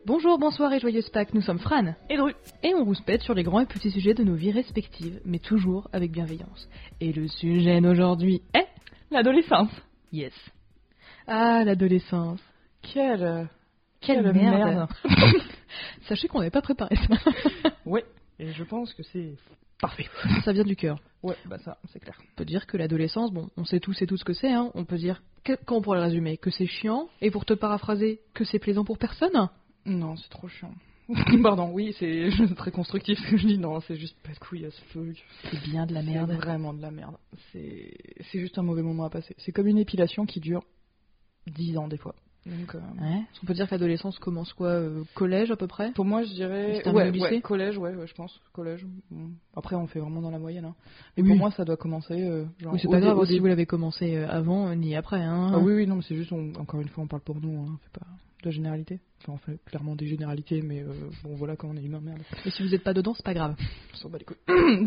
Bonjour, bonsoir et joyeuse Pâques, nous sommes Fran et Dru. Et on rouspète sur les grands et petits sujets de nos vies respectives, mais toujours avec bienveillance. Et le sujet d'aujourd'hui est... l'adolescence. Yes. Ah, l'adolescence. Quelle merde. Sachez qu'on n'avait pas préparé ça. Ouais, et je pense que c'est parfait. Ça vient du cœur. Ouais, bah ça, c'est clair. On peut dire que l'adolescence, bon, on sait tous et toutes ce que c'est, hein. On peut dire, quand on pourrait le résumer, que c'est chiant, et pour te paraphraser, que c'est plaisant pour personne. Non, c'est trop chiant. Pardon, oui, c'est très constructif ce que je dis. Non, c'est juste pas de couilles à ce truc. C'est bien de la merde. C'est vraiment de la merde. C'est juste un mauvais moment à passer. C'est comme une épilation qui dure 10 ans des fois. Donc, ouais. On peut dire que l'adolescence commence quoi, collège à peu près? Pour moi, je dirais lycée. Collège, ouais, je pense. Collège. Bon. Après, on fait vraiment dans la moyenne. Hein. Mais oui. Pour moi, ça doit commencer. Genre, oui, c'est pas grave si vous l'avez commencé avant ni après. Hein. Ah oui, non, mais c'est juste, encore une fois, on parle pour nous. Hein, c'est pas de la généralité. Enfin, on fait clairement des généralités, mais bon, voilà, quand on est humain, merde. Et si vous n'êtes pas dedans, c'est pas grave. On s'en bat les couilles.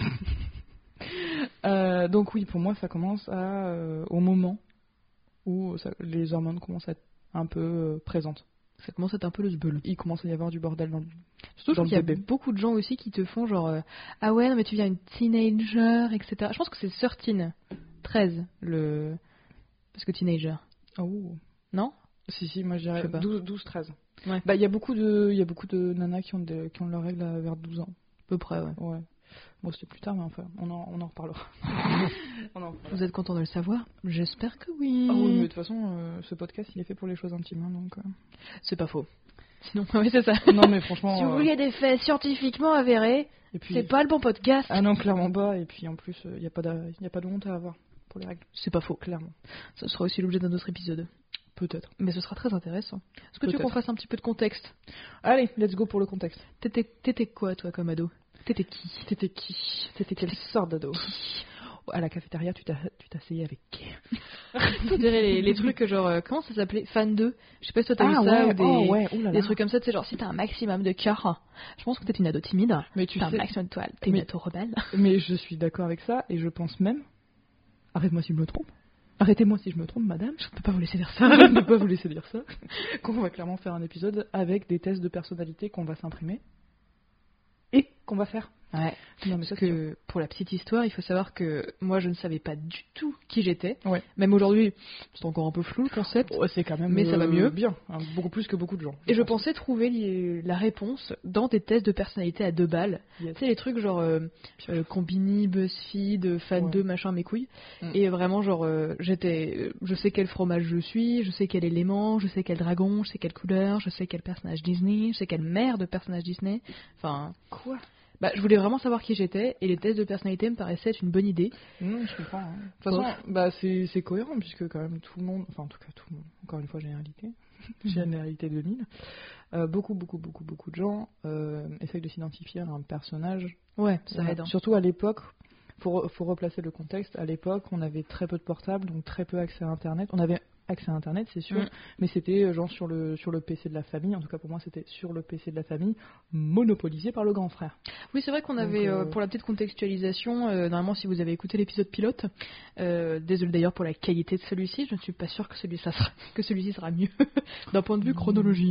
Donc oui, pour moi, ça commence au moment où les hormones commencent à être un peu présentes. Ça commence à être un peu le zbeul. Il commence à y avoir du bordel dans le Surtout, je trouve qu'il y a beaucoup de gens aussi qui te font genre ah ouais, non, mais tu viens une teenager, etc. Je pense que c'est 13, parce que teenager. Oh. Non? Si, moi je dirais 12, 13. Ouais. Bah, il y a beaucoup de nanas qui ont leurs règles vers 12 ans. À peu près, ouais. Ouais. Bon, c'était plus tard, mais enfin, on en reparlera. Vous êtes content de le savoir? J'espère que oui. Ah oui, mais de toute façon, ce podcast, il est fait pour les choses intimes, hein, donc... C'est pas faux. Sinon, oui, c'est ça. Non, mais franchement... Si vous vouliez des faits scientifiquement avérés, et puis... c'est pas le bon podcast. Ah non, clairement pas. Et puis, en plus, il n'y a pas de honte à avoir pour les règles. C'est pas faux. Clairement. Ça sera aussi l'objet d'un autre épisode. Peut-être. Mais ce sera très intéressant. Est-ce que tu veux qu'on fasse un petit peu de contexte? Allez, let's go pour le contexte. T'étais quoi, toi, comme ado? T'étais qui? T'étais quelle sorte d'ado? À la cafétéria, tu t'asseyais avec qui? On dirait les trucs genre, comment ça s'appelait? Fan 2. Je sais pas si toi t'as vu ça, ou des trucs comme ça, tu sais, genre si t'as un maximum de cœur, je pense que t'es une ado timide, mais t'as un maximum de toile, t'es une ado rebelle. Mais je suis d'accord avec ça, et je pense même, arrête-moi si je me trompe, arrêtez-moi si je me trompe, madame. Je ne peux pas vous laisser dire ça. Je ne peux pas vous laisser dire ça. Qu'on va clairement faire un épisode avec des tests de personnalité qu'on va s'imprimer et qu'on va faire. Ouais. Non, mais parce que pour la petite histoire, il faut savoir que moi je ne savais pas du tout qui j'étais. Ouais. Même aujourd'hui, c'est encore un peu flou le concept. Ouais, c'est quand même. Mais ça va mieux. Bien, hein, beaucoup plus que beaucoup de gens. Et je pensais trouver la réponse dans des tests de personnalité à 2 balles. Yes. Tu sais, les trucs genre Combini, BuzzFeed, Fan 2, machin, mes couilles. Et vraiment, genre, je sais quel fromage je suis, je sais quel élément, je sais quel dragon, je sais quelle couleur, je sais quel personnage Disney, je sais quelle mère de personnage Disney. Enfin. Quoi? Bah, je voulais vraiment savoir qui j'étais, et les tests de personnalité me paraissaient être une bonne idée. Je comprends. Hein. De toute façon, bah, c'est cohérent, puisque quand même tout le monde, enfin en tout cas tout le monde, encore une fois généralité, généralité 2000, beaucoup de gens essayent de s'identifier à un personnage. Ouais, ça aide. Hein. Surtout à l'époque, faut replacer le contexte, à l'époque on avait très peu de portables, donc très peu accès à Internet. On avait accès à Internet, c'est sûr, mais c'était genre sur le PC de la famille, en tout cas pour moi c'était sur le PC de la famille, monopolisé par le grand frère. Oui, c'est vrai qu'on avait, pour la petite contextualisation, normalement si vous avez écouté l'épisode pilote, désolé d'ailleurs pour la qualité de celui-ci, je ne suis pas sûre que celui-ci sera mieux d'un point de vue chronologie.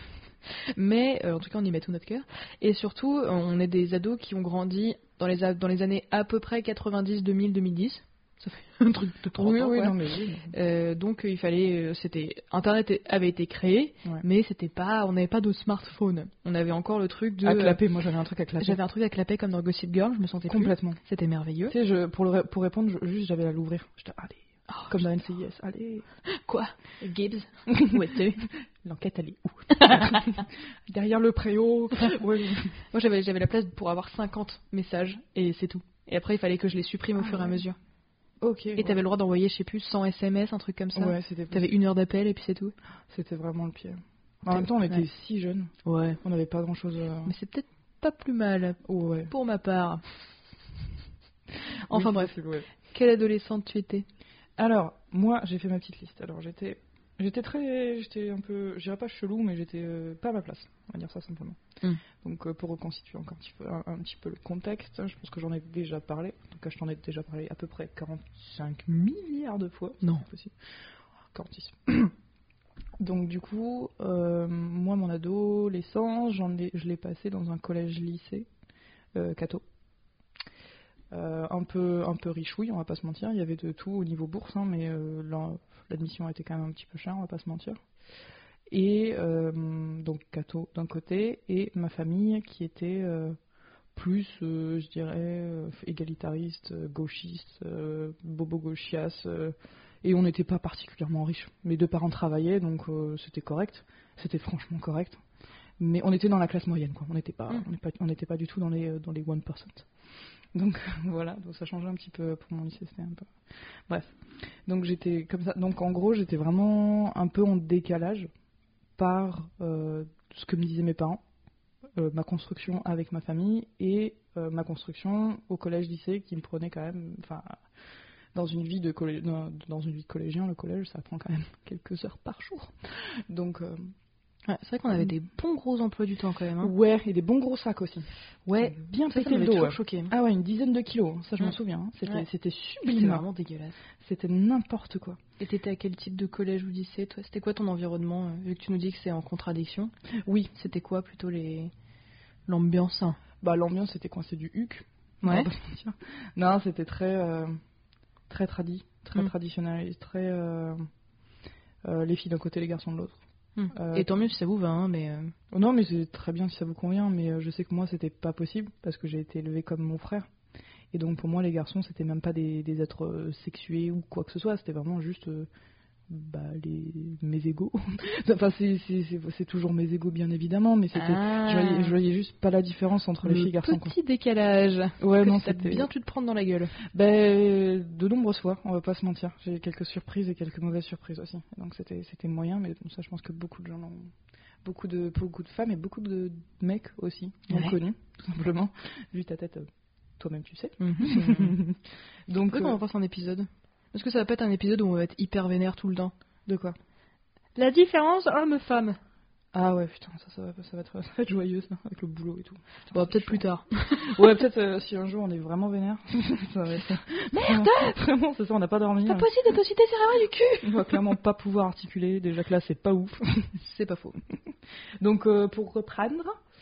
Mais en tout cas on y met tout notre cœur, et surtout on est des ados qui ont grandi dans les années à peu près 90, 2000, 2010. Ça fait un truc de 30 ans. Oui, non, mais oui. Donc il fallait, Internet avait été créé, mais on n'avait pas de smartphone. On avait encore le truc de. À clapper, moi j'avais un truc à clapper. J'avais un truc à clapper comme dans Gossip Girl, je me sentais complètement. C'était merveilleux. Tu sais, pour répondre, juste j'avais à l'ouvrir. J'étais allez. Comme dans NCIS, allez. Quoi? Gibbs? Où es-tu? L'enquête, elle est où? Derrière le préau. Ouais. Moi j'avais la place pour avoir 50 messages, et c'est tout. Et après il fallait que je les supprime au fur et à mesure. Ok. Et t'avais le droit d'envoyer, je sais plus, 100 SMS, un truc comme ça. Ouais, c'était. T'avais 1 heure d'appel et puis c'est tout. C'était vraiment le pire. En même temps, on était si jeunes. Ouais. On n'avait pas grand-chose. Mais c'est peut-être pas plus mal. Ouais. Pour ma part. Enfin bref. Ouais. Quelle adolescente tu étais? Alors, moi, j'ai fait ma petite liste. Alors, j'étais un peu, je dirais pas chelou, mais j'étais pas à ma place, on va dire ça simplement. Donc pour reconstituer encore un petit peu le contexte, je pense que j'en ai déjà parlé, en tout cas je t'en ai déjà parlé à peu près 45 milliards de fois. Non. C'est possible. 46. Donc du coup, moi mon adolescence, je l'ai passé dans un collège-lycée, catho. Un peu richouille, on va pas se mentir. Il y avait de tout au niveau bourse, hein, mais l'admission était quand même un petit peu chère, on va pas se mentir. Et donc catho d'un côté, et ma famille qui était plus, je dirais, égalitariste, gauchiste, bobo-gauchias, et on n'était pas particulièrement riches. Mes deux parents travaillaient, donc c'était correct, c'était franchement correct. Mais on était dans la classe moyenne, quoi. On n'était pas du tout dans les 1%. Donc voilà, donc ça changeait un petit peu pour mon lycée, c'était un peu... Bref, donc j'étais comme ça. Donc en gros, j'étais vraiment un peu en décalage par ce que me disaient mes parents, ma construction avec ma famille et ma construction au collège-lycée qui me prenait quand même... Enfin, dans une vie de collégien, le collège, ça prend quand même quelques heures par jour. Donc... Ouais, c'est vrai qu'on avait des bons gros emplois du temps quand même. Hein. Ouais, et des bons gros sacs aussi. Ouais, bien pété le dos. Choqué. Ah ouais, une dizaine de kilos, ça je m'en souviens. Hein. C'était sublime. C'était vraiment dégueulasse. C'était n'importe quoi. Et t'étais à quel type de collège ou lycée, toi? C'était quoi ton environnement, vu que tu nous dis que c'est en contradiction? Oui. C'était quoi plutôt l'ambiance? Bah l'ambiance c'était coincé du huc. Ouais. Non, c'était très traditionnel, très les filles d'un côté, les garçons de l'autre. Et tant mieux si ça vous va, hein, mais... Non, mais c'est très bien si ça vous convient, mais je sais que moi, c'était pas possible, parce que j'ai été élevée comme mon frère. Et donc, pour moi, les garçons, c'était même pas des êtres sexués ou quoi que ce soit, c'était vraiment juste mes égaux. Enfin, c'est toujours mes égaux, bien évidemment, mais c'était... Je voyais juste pas la différence entre les filles et les garçons. Petit décalage. Ouais, non, c'était bien tu te prendre dans la gueule. De nombreuses fois, on va pas se mentir. J'ai eu quelques surprises et quelques mauvaises surprises aussi. Donc c'était moyen, mais ça, je pense que beaucoup de gens l'ont... Beaucoup de femmes et beaucoup de mecs aussi l'ont connu, tout simplement. Vu ta tête, toi-même tu sais. Donc on va passer un épisode. Est-ce que ça va pas être un épisode où on va être hyper vénère tout le temps? De quoi? La différence homme-femme. Ah ouais, putain, ça va être joyeux, ça, avec le boulot et tout. Bon, peut-être plus tard. Ouais, peut-être si un jour on est vraiment vénère. Ça va être... Merde! Vraiment, c'est ça, on n'a pas dormi. Pas possible de te citer cérébrale du cul! On va clairement pas pouvoir articuler, déjà que là, c'est pas ouf. C'est pas faux. Donc, pour reprendre...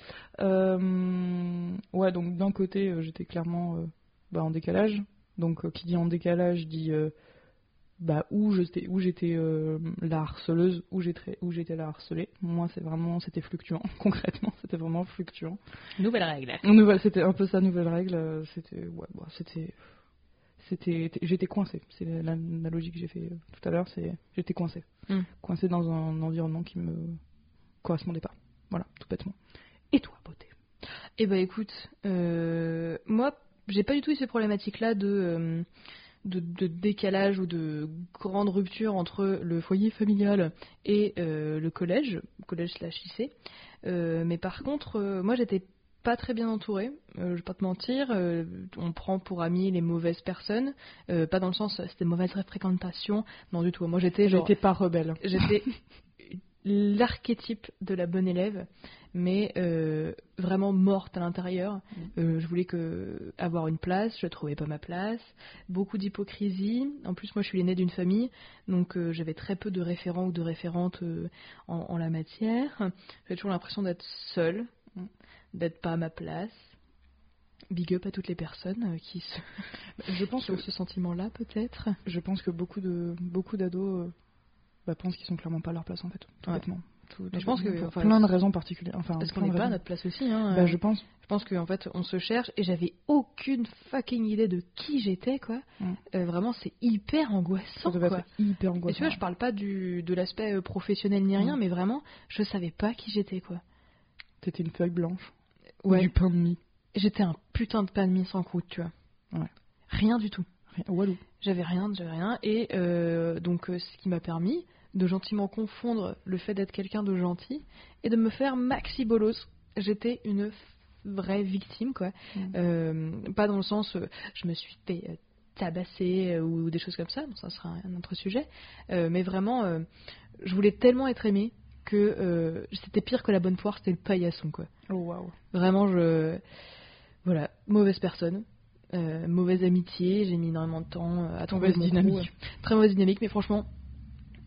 ouais, donc d'un côté, j'étais clairement en décalage. Donc, qui dit en décalage dit... où j'étais la harceleuse, où j'étais la harcelée. Moi, c'était fluctuant. Concrètement, c'était vraiment fluctuant. Nouvelle règle. C'était un peu ça, nouvelle règle. J'étais coincée. C'est l'analogie que j'ai fait tout à l'heure. J'étais coincée. Coincée dans un environnement qui me correspondait pas. Voilà, tout bêtement. Et toi, beauté? Eh ben, écoute, moi, j'ai pas du tout eu ces problématiques-là de décalage ou de grande rupture entre le foyer familial et le collège/lycée. Mais par contre, moi j'étais pas très bien entourée, je vais pas te mentir. On prend pour amis les mauvaises personnes, pas dans le sens c'était mauvaise fréquentation, non du tout. Moi j'étais pas rebelle. J'étais l'archétype de la bonne élève, mais vraiment morte à l'intérieur. Je voulais avoir une place, je trouvais pas ma place, beaucoup d'hypocrisie. En plus, moi, je suis l'aînée d'une famille, donc j'avais très peu de référents ou de référentes en la matière. J'avais toujours l'impression d'être seule, d'être pas à ma place. Big up à toutes les personnes qui ont ce sentiment-là, peut-être. Je pense que beaucoup d'ados pensent qu'ils sont clairement pas à leur place, en fait, tout bêtement. Je pense que plein de raisons particulières. Parce qu'on n'est pas à notre place aussi. Hein, je pense. Je pense qu'en fait, on se cherche et j'avais aucune fucking idée de qui j'étais, quoi. Vraiment, c'est hyper angoissant. Ça devait être hyper angoissant. Et tu vois, je parle pas de l'aspect professionnel ni rien, mais vraiment, je savais pas qui j'étais, quoi. T'étais une feuille blanche. Ouais. Ou du pain de mie. J'étais un putain de pain de mie sans croûte, tu vois. Ouais. Rien du tout. Walou. J'avais rien. Et donc, ce qui m'a permis de gentiment confondre le fait d'être quelqu'un de gentil et de me faire maxi bolos. J'étais une vraie victime, quoi. Pas dans le sens je me suis fait tabasser ou des choses comme ça, bon, ça sera un autre sujet, mais vraiment je voulais tellement être aimée que c'était pire que la bonne poire, c'était le paillasson, quoi. Oh waouh. Vraiment, voilà, mauvaise personne. Mauvaise amitié, j'ai mis énormément de temps à trouver mauvaise dynamique. Très mauvaise dynamique, mais franchement,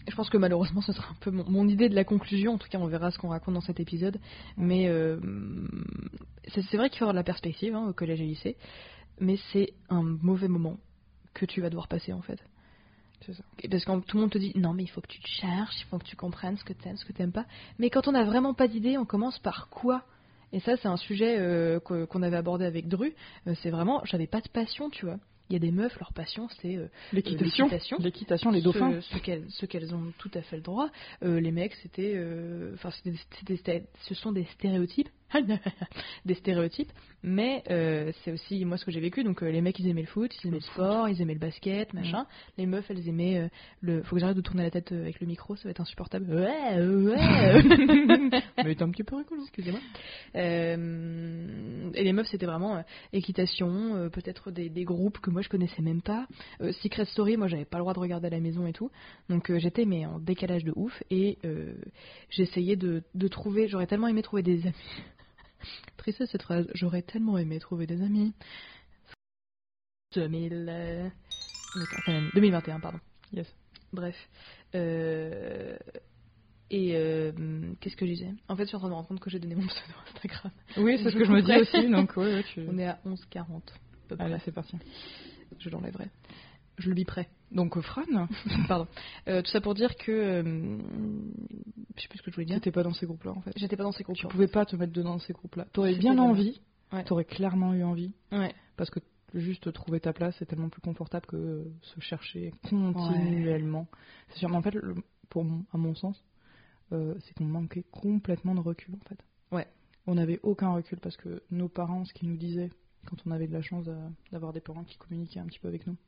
Je pense que malheureusement ce sera un peu mon idée de la conclusion, en tout cas on verra ce qu'on raconte dans cet épisode, mais c'est vrai qu'il faut avoir de la perspective au collège et lycée, mais c'est un mauvais moment que tu vas devoir passer en fait. C'est ça. Parce que tout le monde te dit non mais il faut que tu te cherches, il faut que tu comprennes ce que t'aimes, ce que t'aimes pas, mais quand on n'a vraiment pas d'idée, on commence par quoi? Et ça c'est un sujet qu'on avait abordé avec Dru, c'est vraiment, j'avais pas de passion tu vois. Il y a des meufs, leur passion, c'est l'équitation, les dauphins. Ce qu'elles ont tout à fait le droit. Les mecs, ce sont des stéréotypes. Des stéréotypes. Mais c'est aussi, moi, ce que j'ai vécu. Donc, les mecs, ils aimaient le foot, ils aimaient le sport, ils aimaient le basket, machin. Les meufs, elles aimaient Faut que j'arrête de tourner la tête avec le micro, ça va être insupportable. Mais t'es un petit peu rigolo. Excusez-moi. Et les meufs, c'était vraiment équitation, peut-être des groupes que moi je connaissais même pas. Secret Story, moi j'avais pas le droit de regarder à la maison et tout. Donc j'étais mais en décalage de ouf et j'essayais de trouver, j'aurais tellement aimé trouver des amis. Triste cette phrase, j'aurais tellement aimé trouver des amis. 2021, pardon. Yes. Bref. Qu'est-ce que je disais? En fait, je suis en train de me rendre compte que j'ai donné mon pseudo Instagram. Oui, c'est ce que je me dis aussi. Donc, On est à 11h40. Allez, c'est parti. Je l'enlèverai. Je le biperai. Donc, Fran. Pardon. Tout ça pour dire que. Je sais plus ce que je voulais dire. T'étais pas dans ces groupes-là, en fait. J'étais pas dans ces groupes-là. Tu pouvais pas te mettre dedans dans ces groupes-là. T'aurais bien envie. Ouais. T'aurais clairement eu envie. Ouais. Parce que juste trouver ta place, c'est tellement plus confortable que se chercher continuellement. Ouais. C'est sûr. Mais en fait, à mon sens, c'est qu'on manquait complètement de recul, en fait. Ouais. On n'avait aucun recul parce que nos parents, ce qu'ils nous disaient, quand on avait de la chance d'avoir des parents qui communiquaient un petit peu avec nous,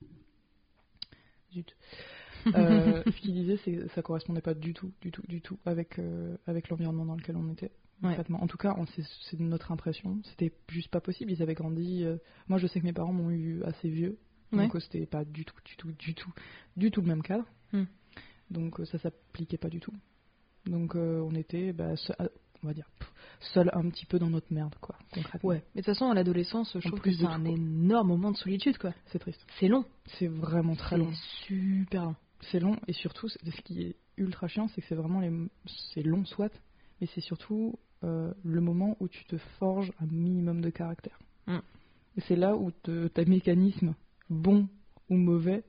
zut. Ce qu'ils disaient, c'est que ça correspondait pas du tout avec l'environnement dans lequel on était. Concrètement. En tout cas, c'est notre impression. C'était juste pas possible. Ils avaient grandi. Moi, je sais que mes parents m'ont eu assez vieux, donc c'était pas du tout le même cadre. Donc ça s'appliquait pas du tout. Donc on était, on va dire, seul un petit peu dans notre merde, quoi, concrètement. Ouais. Mais de toute façon, à l'adolescence, je trouve que c'est un énorme moment de solitude, quoi. C'est triste. C'est long. C'est vraiment très long. C'est super long. C'est long et surtout, ce qui est ultra chiant, c'est que c'est vraiment c'est long, soit, mais c'est surtout le moment où tu te forges un minimum de caractère. Et c'est là où tes mécanismes, bons ou mauvais,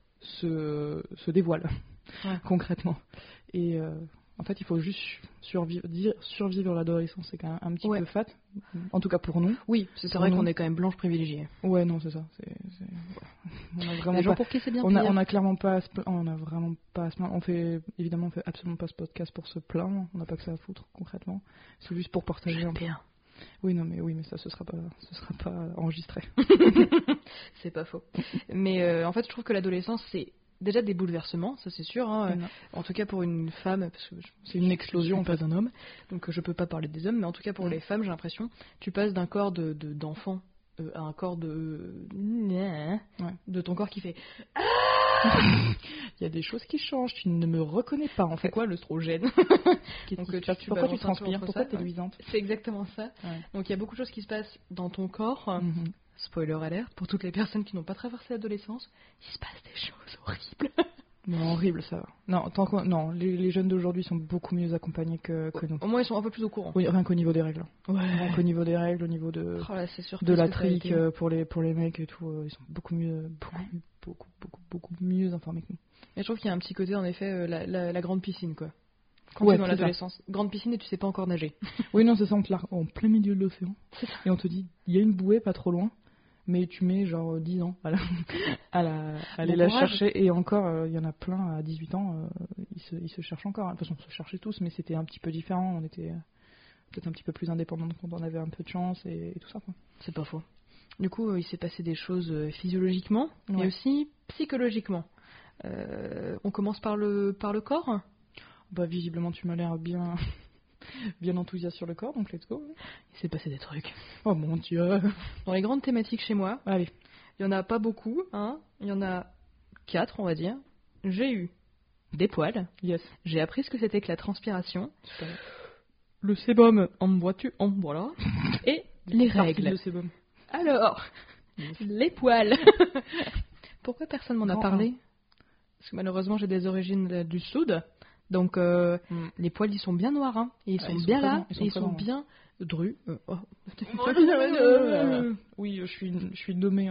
se dévoilent, concrètement. Et en fait, il faut juste survivre l'adolescence. C'est quand même un petit peu fat, en tout cas pour nous. Oui, c'est vrai qu'on est quand même blanche privilégiée. Ouais, non, c'est ça. On a vraiment les gens pour qui c'est bien pire. On a clairement pas, on a vraiment pas à se plaindre. On fait absolument pas ce podcast pour se plaindre. On n'a pas que ça à foutre, concrètement. C'est juste pour partager un peu. Oui, mais ça, ce sera pas enregistré. C'est pas faux. Mais en fait, je trouve que l'adolescence, c'est déjà des bouleversements, ça c'est sûr. En tout cas pour une femme, parce que c'est une explosion, pas un homme, donc je peux pas parler des hommes, mais en tout cas pour les femmes, j'ai l'impression, tu passes d'un corps d'enfant à un corps de ton corps qui fait. Il y a des choses qui changent, tu ne me reconnais pas en fait. C'est quoi l'œstrogène? Donc, pourquoi tu transpires? Pourquoi t'es luisante? C'est exactement ça. Donc il y a beaucoup de choses qui se passent dans ton corps. Spoiler alert, pour toutes les personnes qui n'ont pas traversé l'adolescence, il se passe des choses horribles. Non, horrible ça va. Non, les jeunes d'aujourd'hui sont beaucoup mieux accompagnés que nous. Au moins ils sont un peu plus au courant. Oui, rien qu'au niveau des règles. Rien qu'au niveau des règles, au niveau de la trique pour les mecs et tout, ils sont beaucoup mieux, beaucoup mieux informés que nous. Et je trouve qu'il y a un petit côté en effet, la grande piscine quoi. Quand tu es dans l'adolescence, grande piscine et tu sais pas encore nager. Oui, non, c'est ça, on te largue en plein milieu de l'océan. Et on te dit, il y a une bouée pas trop loin, mais tu mets genre 10 ans à aller la chercher. Et encore, il y en a plein à 18 ans, ils se cherchent encore. De toute façon, on se cherchait tous, mais c'était un petit peu différent. On était peut-être un petit peu plus indépendants quand on avait un peu de chance et tout ça, quoi. C'est pas faux. Du coup, il s'est passé des choses physiologiquement, mais aussi psychologiquement. On commence par le corps. Visiblement, tu m'as l'air bien enthousiaste sur le corps, donc let's go. Il s'est passé des trucs. Oh mon Dieu. Dans les grandes thématiques chez moi, allez. Il y en a pas beaucoup, hein. Il y en a 4, on va dire. J'ai eu des poils. Yes. J'ai appris ce que c'était que la transpiration. Super. Le sébum, voilà. Et les règles. Le sébum. Alors, les poils. Pourquoi personne m'en a parlé? Parce que malheureusement, j'ai des origines du sud. Donc, les poils, ils sont bien noirs. Hein, et ils sont bien là. Ils sont bien drus. Oui, je suis nommée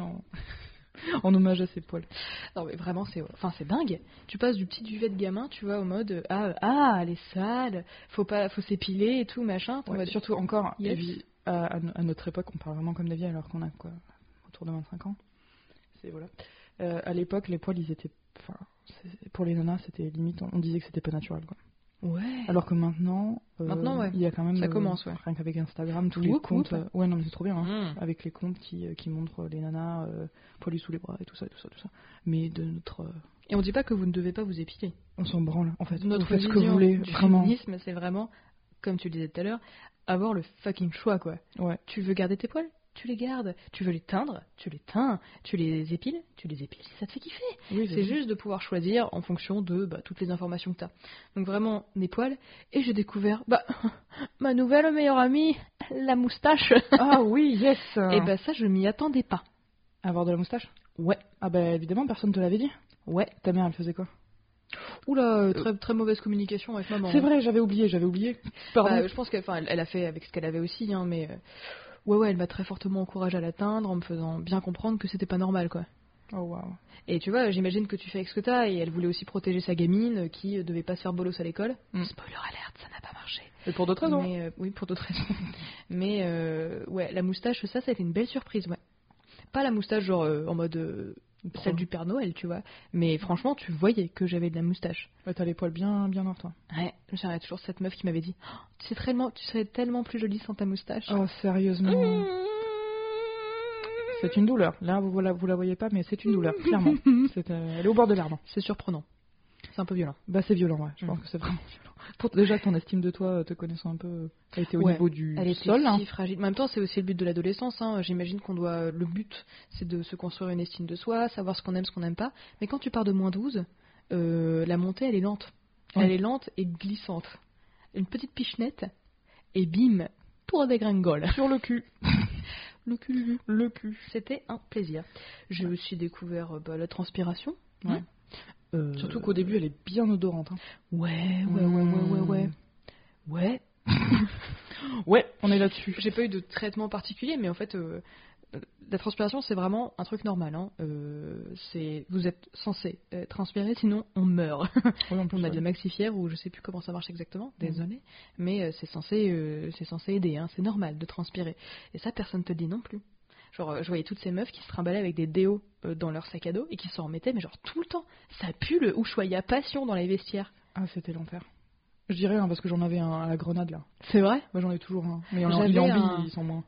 en hommage à ces poils. Non, mais vraiment, c'est dingue. Tu passes du petit duvet de gamin, tu vois, au mode elle est sale, faut s'épiler et tout, machin. Ouais, surtout encore, yes. à notre époque, on parle vraiment comme des vieilles alors qu'on a quoi, autour de 25 ans. C'est voilà. À l'époque, les poils, ils étaient. Pour les nanas, c'était limite, on disait que c'était pas naturel, quoi. Ouais. Alors que maintenant, ouais. Il y a quand même. Ça commence, ouais. Rien qu'avec Instagram, tous les comptes. Ouais, non, mais c'est trop bien, hein, avec les comptes qui montrent les nanas poilus sous les bras et tout ça. Mais de notre. Et on dit pas que vous ne devez pas vous épiler. On s'en branle, en fait. Notre vous faites ce vision que vous voulez, du vraiment. féminisme, c'est vraiment, comme tu le disais tout à l'heure, avoir le fucking choix, quoi. Ouais. Tu veux garder tes poils? Tu les gardes. Tu veux les teindre? Tu les teins. Tu les épiles? Tu les épiles. Ça te fait kiffer. Oui, c'est juste de pouvoir choisir en fonction de toutes les informations que tu as. Donc vraiment, des poils. Et j'ai découvert ma nouvelle meilleure amie, la moustache. Ah oui, yes. Et ça, je m'y attendais pas. Avoir de la moustache? Ouais. Ah bah évidemment, personne te l'avait dit. Ouais. Ta mère, elle faisait quoi? Oula, très, très mauvaise communication avec maman. C'est vrai, j'avais oublié. Pardon. Je pense qu'elle a fait avec ce qu'elle avait aussi, hein, mais... Ouais, elle m'a très fortement encouragée à l'atteindre en me faisant bien comprendre que c'était pas normal, quoi. Oh waouh. Et tu vois, j'imagine que tu fais avec ce que t'as, et elle voulait aussi protéger sa gamine qui devait pas se faire bolos à l'école. Spoiler alert, ça n'a pas marché. Et pour d'autres raisons. Oui, pour d'autres raisons. Mais ouais, la moustache, ça a été une belle surprise, ouais. Pas la moustache genre en mode celle du Père Noël, tu vois. Mais franchement, tu voyais que j'avais de la moustache. Ouais, t'as les poils bien noirs, toi. Ouais, j'avais toujours cette meuf qui m'avait dit tu serais tellement plus jolie sans ta moustache. Oh, sérieusement. C'est une douleur. Là, vous la voyez pas, mais c'est une douleur, clairement. Elle est au bord de l'arbre. C'est surprenant. C'est un peu violent. Bah, c'est violent, ouais. Je pense que c'est vraiment violent. Déjà, ton estime de toi, te connaissant un peu, a été au niveau du elle sol. Elle était si fragile. En même temps, c'est aussi le but de l'adolescence. Hein. J'imagine qu'on doit. Le but, c'est de se construire une estime de soi, savoir ce qu'on n'aime pas. Mais quand tu pars de -12, la montée, elle est lente. Ouais. Elle est lente et glissante. Une petite pichenette, et bim, pour des gringoles. Sur le cul. Le cul. C'était un plaisir. J'ai aussi découvert la transpiration. Ouais. Surtout qu'au début, elle est bien odorante. Hein. Ouais. Ouais, on est là-dessus. J'ai pas eu de traitement particulier, mais en fait, la transpiration, c'est vraiment un truc normal. Hein. Vous êtes censé transpirer, sinon on meurt. Oui, on a de la maxifière, ou je sais plus comment ça marche exactement, désolé, mais c'est censé aider. Hein. C'est normal de transpirer. Et ça, personne te dit non plus. Genre, je voyais toutes ces meufs qui se trimballaient avec des déos dans leur sac à dos et qui s'en remettaient, mais genre tout le temps. Ça pue le Ushuaïa passion dans les vestiaires. Ah, c'était l'enfer. Je dirais, parce que j'en avais un à la grenade, là. C'est vrai? Moi, j'en ai toujours un. Mais il en bille, ils sont moins.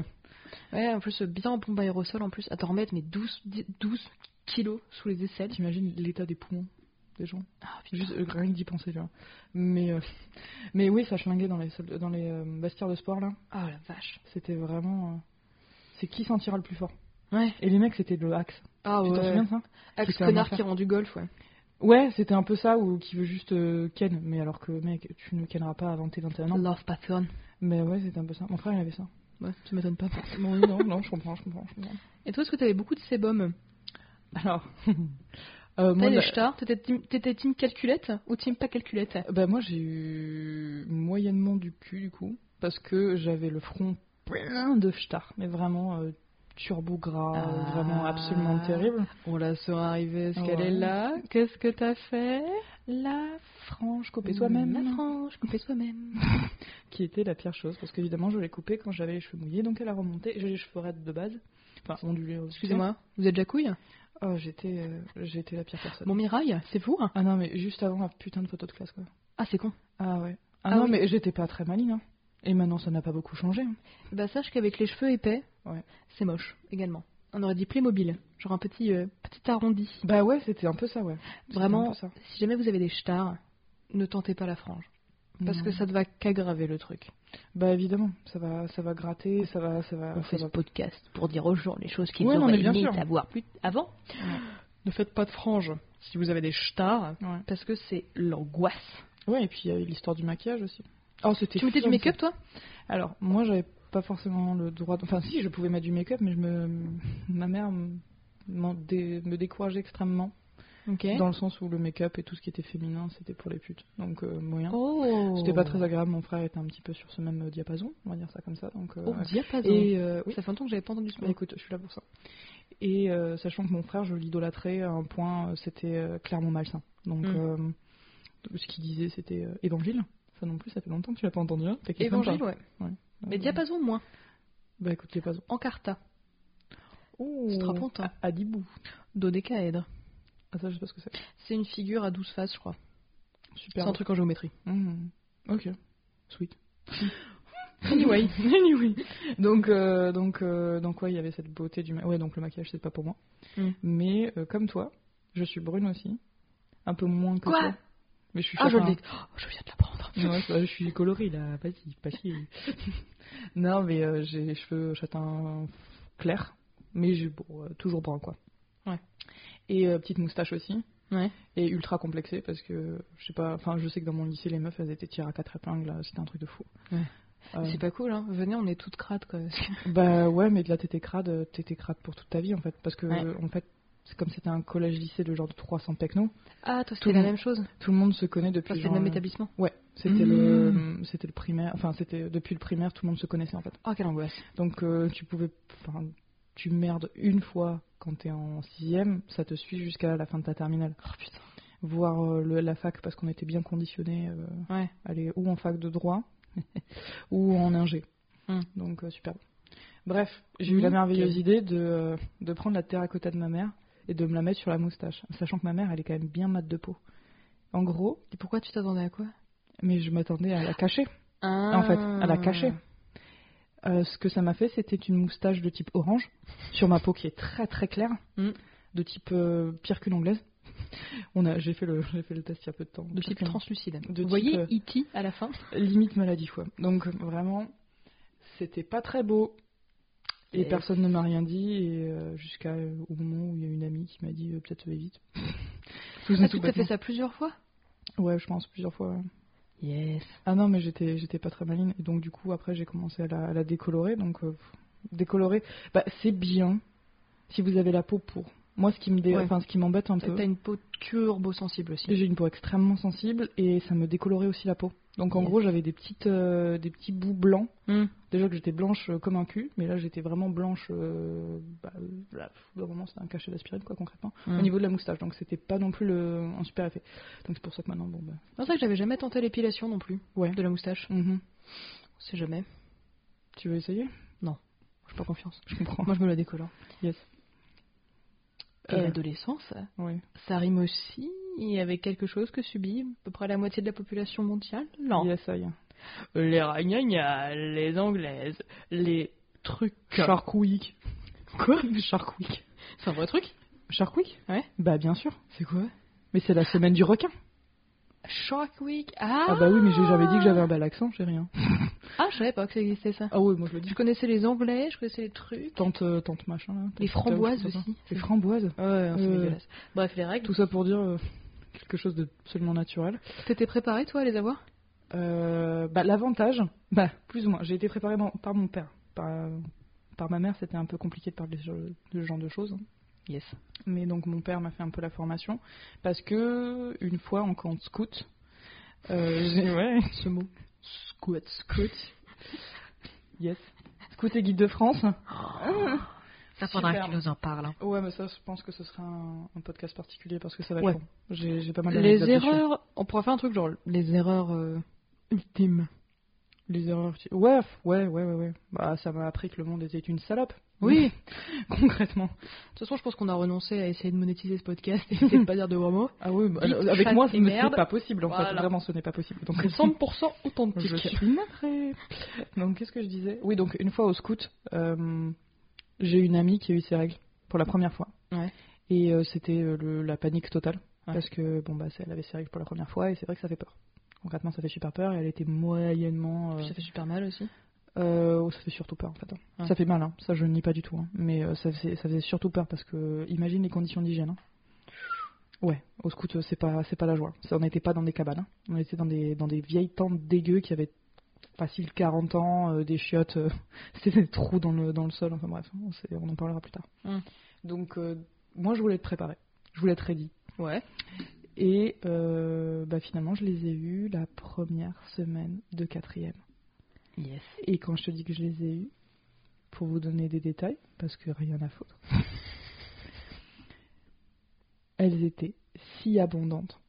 Ouais, en plus, bien en pompe aérosol, en plus. À t'en remettre, mais 12 kilos sous les aisselles. T'imagines l'état des poumons des gens? Ah, juste rien que d'y penser, tu vois. Mais oui, ça schlinguait dans les vestiaires de sport, là. Ah, la vache. C'était vraiment... C'est qui s'en tira le plus fort. Ouais. Et les mecs, c'était le Axe. Ah ouais. Tu t'en souviens de ça? Axe connard qui rend du golf, ouais. Ouais, c'était un peu ça, ou qui veut juste ken. Mais alors que, mec, tu ne kenneras pas avant tes 21 ans. Love pattern. Mais ouais, c'était un peu ça. Mon frère, il avait ça. Ouais, ça m'étonne pas. Non, je comprends. Et toi, est-ce que t'avais beaucoup de sébum? Alors... T'as des stars? T'étais team calculette ou team pas calculette? Bah moi, j'ai eu moyennement du cul, du coup. Parce que j'avais le front plein de stars. Mais vraiment... turbo gras, vraiment absolument terrible. On la sent arriver, est-ce qu'elle est là? Qu'est-ce que t'as fait? La frange coupée soi-même. La frange coupée soi-même. Qui était la pire chose, parce qu'évidemment je l'ai coupée quand j'avais les cheveux mouillés, donc elle a remonté. J'ai les cheveux raides de base, enfin ondulés. Excusez-moi, vous êtes Jacouille? Oh, j'étais la pire personne. Mon Mirail, c'est vous? Ah non, mais juste avant la putain de photo de classe, quoi. Ah, c'est con. Ah ouais. Non, oui. Mais j'étais pas très maligne, hein. Et maintenant, ça n'a pas beaucoup changé. Hein. Bah, sache qu'avec les cheveux épais, c'est moche, également. On aurait dit Playmobil, genre un petit arrondi. Bah ouais, c'était un peu ça, ouais. Vraiment, si jamais vous avez des stars, ne tentez pas la frange. Parce que ça ne va qu'aggraver le truc. Bah évidemment, ça va gratter, ça va... On fait ce podcast pour dire aux gens les choses qu'ils auraient aimé savoir plus avant. Ouais. Ne faites pas de frange si vous avez des stars, parce que c'est l'angoisse. Ouais, et puis il y a l'histoire du maquillage aussi. Oh, tu mettais du make-up, toi? Alors, moi, j'avais pas forcément le droit... Enfin, si, je pouvais mettre du make-up, mais ma mère me décourageait extrêmement. Ok. Dans le sens où le make-up et tout ce qui était féminin, c'était pour les putes. Donc, moyen. Oh. C'était pas très agréable. Mon frère était un petit peu sur ce même diapason, on va dire ça comme ça. Donc, Diapason. et oui. Ça fait longtemps que j'avais pas entendu ce Bah, mot. écoute, je suis là pour ça. Et sachant que mon frère, je l'idolâtrais à un point, c'était clairement malsain. Donc, ce qu'il disait, c'était évangile. Ça non plus, ça fait longtemps que tu l'as pas entendu. Hein. Évangile, ouais. Ouais. Mais diapason, moins. Bah écoute, diapason. Encarta. Oh, Strapontin. Adibou. Dodécaèdre. Ah, ça, je sais pas ce que c'est. C'est une figure à 12 faces, je crois. Super. C'est un truc en géométrie. Ok. Sweet. Anyway. Donc ouais, il y avait cette beauté du ouais, donc le maquillage c'est pas pour moi. Mais comme toi, je suis brune aussi, un peu moins que Quoi toi. Mais je suis je châtain. viens de l'apprendre. Ouais, je suis colorée là, vas-y, pas chier. Non, mais j'ai les cheveux châtain clair, mais j'ai toujours brun quoi. Ouais. Et petite moustache aussi. Ouais. Et ultra complexée parce que je sais pas, enfin je sais que dans mon lycée les meufs elles étaient tirées à 4 épingles, c'était un truc de fou. Ouais. C'est pas cool, hein. Venez, on est toutes crades, quoi. Bah ouais, mais là t'étais crade pour toute ta vie en fait, parce que en fait c'est comme c'était un collège-lycée de genre de 300 techno. Ah, toi c'était la même chose. Tout le monde se connaît depuis. C'était le même établissement. Ouais, c'était c'était le primaire, enfin c'était depuis le primaire tout le monde se connaissait en fait. Oh quelle angoisse. Donc tu merdes une fois quand t'es en 6ème, ça te suit jusqu'à la fin de ta terminale. Oh putain. Voir la fac parce qu'on était bien conditionnés. Aller ou en fac de droit ou en ingé. Donc super. Bref, j'ai eu la merveilleuse idée de prendre la terracotta de ma mère et de me la mettre sur la moustache, sachant que ma mère elle est quand même bien mate de peau. En gros. Et pourquoi tu t'attendais à quoi? Mais je m'attendais à la cacher. En fait, à la cacher. Ce que ça m'a fait, c'était une moustache de type orange sur ma peau qui est très très claire, de type pire qu'une anglaise. J'ai fait le test il y a peu de temps. De type translucide. Vous voyez E.T. à la fin. Limite maladie fois. Donc vraiment, c'était pas très beau. Et personne ne m'a rien dit. Et jusqu'au moment où il y a une amie qui m'a dit peut-être évite. Tu t'as fait ça plusieurs fois? Ouais, je pense plusieurs fois. Ouais. Yes. Ah non, mais j'étais pas très maline. Et donc du coup, après, j'ai commencé à la décolorer. Donc décolorer, c'est bien si vous avez la peau pour. Moi, ce qui m'embête un peu. T'as une peau turbo-sensible aussi. J'ai une peau extrêmement sensible et ça me décolorait aussi la peau. Donc en gros, j'avais des petits bouts blancs. Déjà que j'étais blanche comme un cul, mais là j'étais vraiment blanche. Là, au moment c'était un cachet d'aspirine quoi concrètement. Au niveau de la moustache, donc c'était pas non plus un super effet. Donc c'est pour ça que maintenant C'est vrai que j'avais jamais tenté l'épilation non plus. Ouais. De la moustache. On sait jamais. Tu veux essayer? Non, j'ai pas confiance. Je comprends. Moi je me la décolore. Yes. Et l'adolescence, ça rime aussi avec quelque chose que subit à peu près la moitié de la population mondiale. Non. Yes, ça y est. Les ragnagnas, les anglaises, les trucs. Shark Week. Quoi? Shark Week. C'est un vrai truc? Shark Week? Ouais. Bah bien sûr. C'est quoi? Mais c'est la semaine du requin. Shark Week. Ah bah oui, mais j'avais dit que j'avais un bel accent, j'ai rien. Ah, je savais pas que ça existait ça. Ah oui, moi je le dis. Je connaissais les anglais, je connaissais les trucs. Tante machin là. Les framboises aussi. Les framboises. Ouais, c'est dégueulasse. Bref, les règles. Tout ça pour dire quelque chose d'absolument naturel. T'étais préparée toi à les avoir? L'avantage, plus ou moins. J'ai été préparée par mon père. Par ma mère, c'était un peu compliqué de parler de ce genre de choses. Yes. Mais donc mon père m'a fait un peu la formation parce que une fois en camp scout, ce mot. Scout. Yes. Scout et guide de France. Ça faudra que tu nous en parles. Hein. Ouais, mais ça, je pense que ce sera un podcast particulier parce que ça va être long. J'ai pas mal de les erreurs, on pourrait faire un truc genre les erreurs ultimes. Les erreurs. Ouais. Ça m'a appris que le monde était une salope. Oui, concrètement. De toute façon, je pense qu'on a renoncé à essayer de monétiser ce podcast et essayer de pas dire de gros mots. Ah oui, avec moi, ce n'est pas possible. En fait, vraiment, ce n'est pas possible. Donc, c'est 100% authentique. Je suis navrée. Donc, qu'est-ce que je disais? Oui, donc une fois au scout, j'ai une amie qui a eu ses règles pour la première fois. Ouais. Et c'était la panique totale parce que elle avait ses règles pour la première fois et c'est vrai que ça fait peur. Concrètement, ça fait super peur et elle était moyennement. Ça fait super mal aussi. Ça fait surtout peur en fait. Ouais. Ça fait mal, hein. Ça je ne nie pas du tout. Hein. Mais ça faisait surtout peur parce que imagine les conditions d'hygiène. Hein. Ouais, au scout c'est pas la joie. On n'était pas dans des cabanes. Hein. On était dans des vieilles tentes dégueu qui avaient facile 40 ans, des chiottes, c'était des trous dans le sol. Enfin bref, on en parlera plus tard. Donc moi je voulais être préparée, je voulais être ready. Ouais. Et finalement, je les ai eus la première semaine de 4e. Yes. Et quand je te dis que je les ai eus, pour vous donner des détails, parce que rien à foutre, elles étaient si abondantes.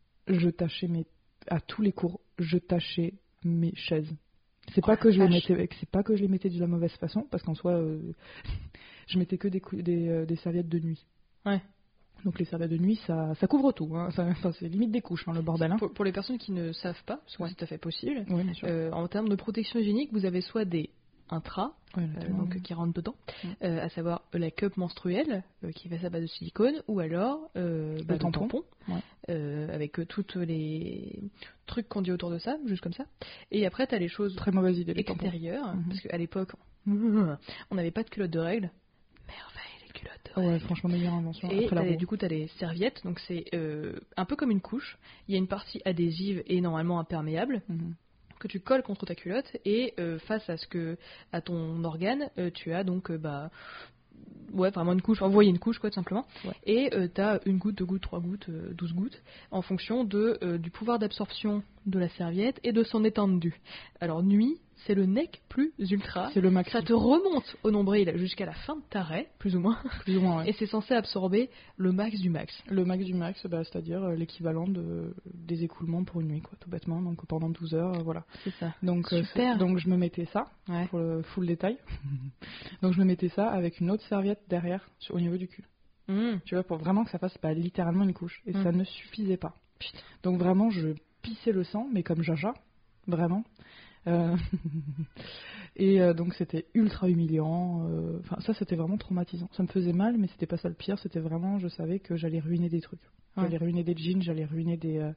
À tous les cours, je tachais mes chaises. C'est pas que je les mettais de la mauvaise façon, parce qu'en soi, je mettais que des serviettes de nuit. Ouais. Donc les serviettes de nuit, ça couvre tout. Hein. C'est limite des couches, hein, le bordel. Hein. Pour les personnes qui ne savent pas, parce que c'est tout à fait possible, bien sûr. En termes de protection hygiénique, vous avez soit des intras, qui rentrent dedans, à savoir la cup menstruelle, qui fait sa base de silicone, ou alors le tampon, avec toutes les trucs qu'on dit autour de ça, juste comme ça. Et après, tu as les choses très mauvaise idée, les extérieures, parce qu'à l'époque, on n'avait pas de culottes de règles. Ouais, franchement, meilleure invention. Et du coup, tu as les serviettes, donc c'est un peu comme une couche. Il y a une partie adhésive et normalement imperméable que tu colles contre ta culotte, et face à ton organe, tu as donc vraiment une couche, envoyer une couche quoi, tout simplement. Ouais. Et tu as 1 goutte, 2 gouttes, 3 gouttes, 12 gouttes, en fonction du pouvoir d'absorption de la serviette et de son étendue. Alors, nuit, c'est le nec plus ultra. C'est le max. Ça te remonte au nombril jusqu'à la fin de ta raie, plus ou moins. Plus ou moins, ouais. Et c'est censé absorber le max du max. Le max du max, c'est-à-dire l'équivalent des écoulements pour une nuit, quoi, tout bêtement. Donc pendant 12 heures, voilà. C'est ça. Donc, super. Donc je me mettais ça, pour le full détail. Donc je me mettais ça avec une autre serviette derrière, au niveau du cul. Tu vois, pour vraiment que ça fasse littéralement une couche. Et ça ne suffisait pas. Putain. Donc vraiment, je pissais le sang, mais comme Jaja, vraiment. Et donc c'était ultra humiliant. Ça c'était vraiment traumatisant. Ça me faisait mal, mais c'était pas ça le pire. C'était vraiment, je savais que j'allais ruiner des trucs. J'allais ruiner des jeans, j'allais ruiner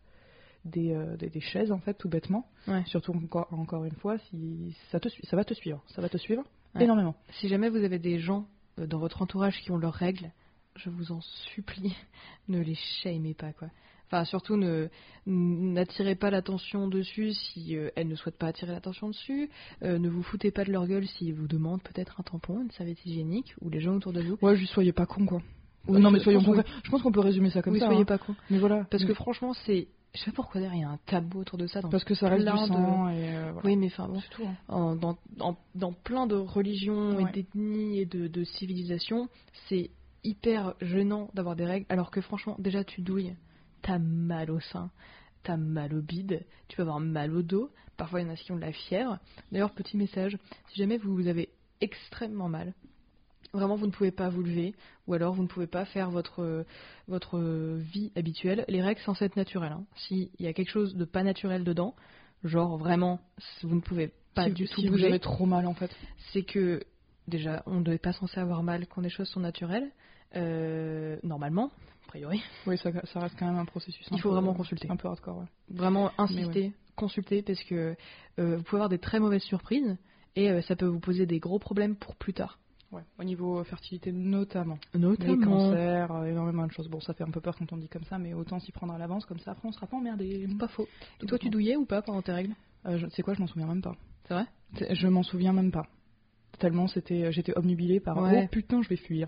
des chaises en fait, tout bêtement. Ouais. Surtout encore une fois, si ça va te suivre. Ça va te suivre énormément. Si jamais vous avez des gens dans votre entourage qui ont leurs règles, je vous en supplie, ne les shamez pas, quoi. Enfin, surtout, n'attirez pas l'attention dessus si elles ne souhaitent pas attirer l'attention dessus. Ne vous foutez pas de leur gueule s'ils vous demandent peut-être un tampon, une serviette hygiénique, ou les gens autour de vous. Ouais, juste soyez pas cons, quoi. Non, mais soyons concrets. Je pense qu'on peut résumer ça comme ça. Oui, soyez pas cons. Mais voilà. Parce que franchement, c'est... Je sais pas pourquoi d'ailleurs il y a un tabou autour de ça. Parce que ça reste du sang et voilà. Oui, mais enfin bon, c'est tout, hein. Dans plein de religions et d'ethnies et de civilisations, c'est hyper gênant d'avoir des règles, alors que franchement, déjà tu douilles, t'as mal au sein, t'as mal au bide, tu peux avoir mal au dos, parfois il y en a qui ont de la fièvre. D'ailleurs, petit message, si jamais vous avez extrêmement mal, vraiment vous ne pouvez pas vous lever, ou alors vous ne pouvez pas faire votre vie habituelle, les règles sont censées être naturelles. Hein. S'il y a quelque chose de pas naturel dedans, genre vraiment, vous ne pouvez pas du tout bouger. Si vous avez trop mal en fait. C'est que, déjà, on n'est pas censé avoir mal quand les choses sont naturelles, normalement, a priori. Oui, ça reste quand même un processus. Il faut vraiment consulter. Un peu hardcore, ouais. Vraiment insister, consulter, parce que vous pouvez avoir des très mauvaises surprises, et ça peut vous poser des gros problèmes pour plus tard. Ouais, au niveau fertilité notamment. Les cancers, énormément de choses. Bon, ça fait un peu peur quand on dit comme ça, mais autant s'y prendre à l'avance, comme ça après on sera pas emmerdé. Pas faux. Et toi, tu douillais ou pas pendant tes règles? C'est quoi, je m'en souviens même pas. C'est vrai? Je m'en souviens même pas. Tellement j'étais obnubilée par oh putain, je vais fuir.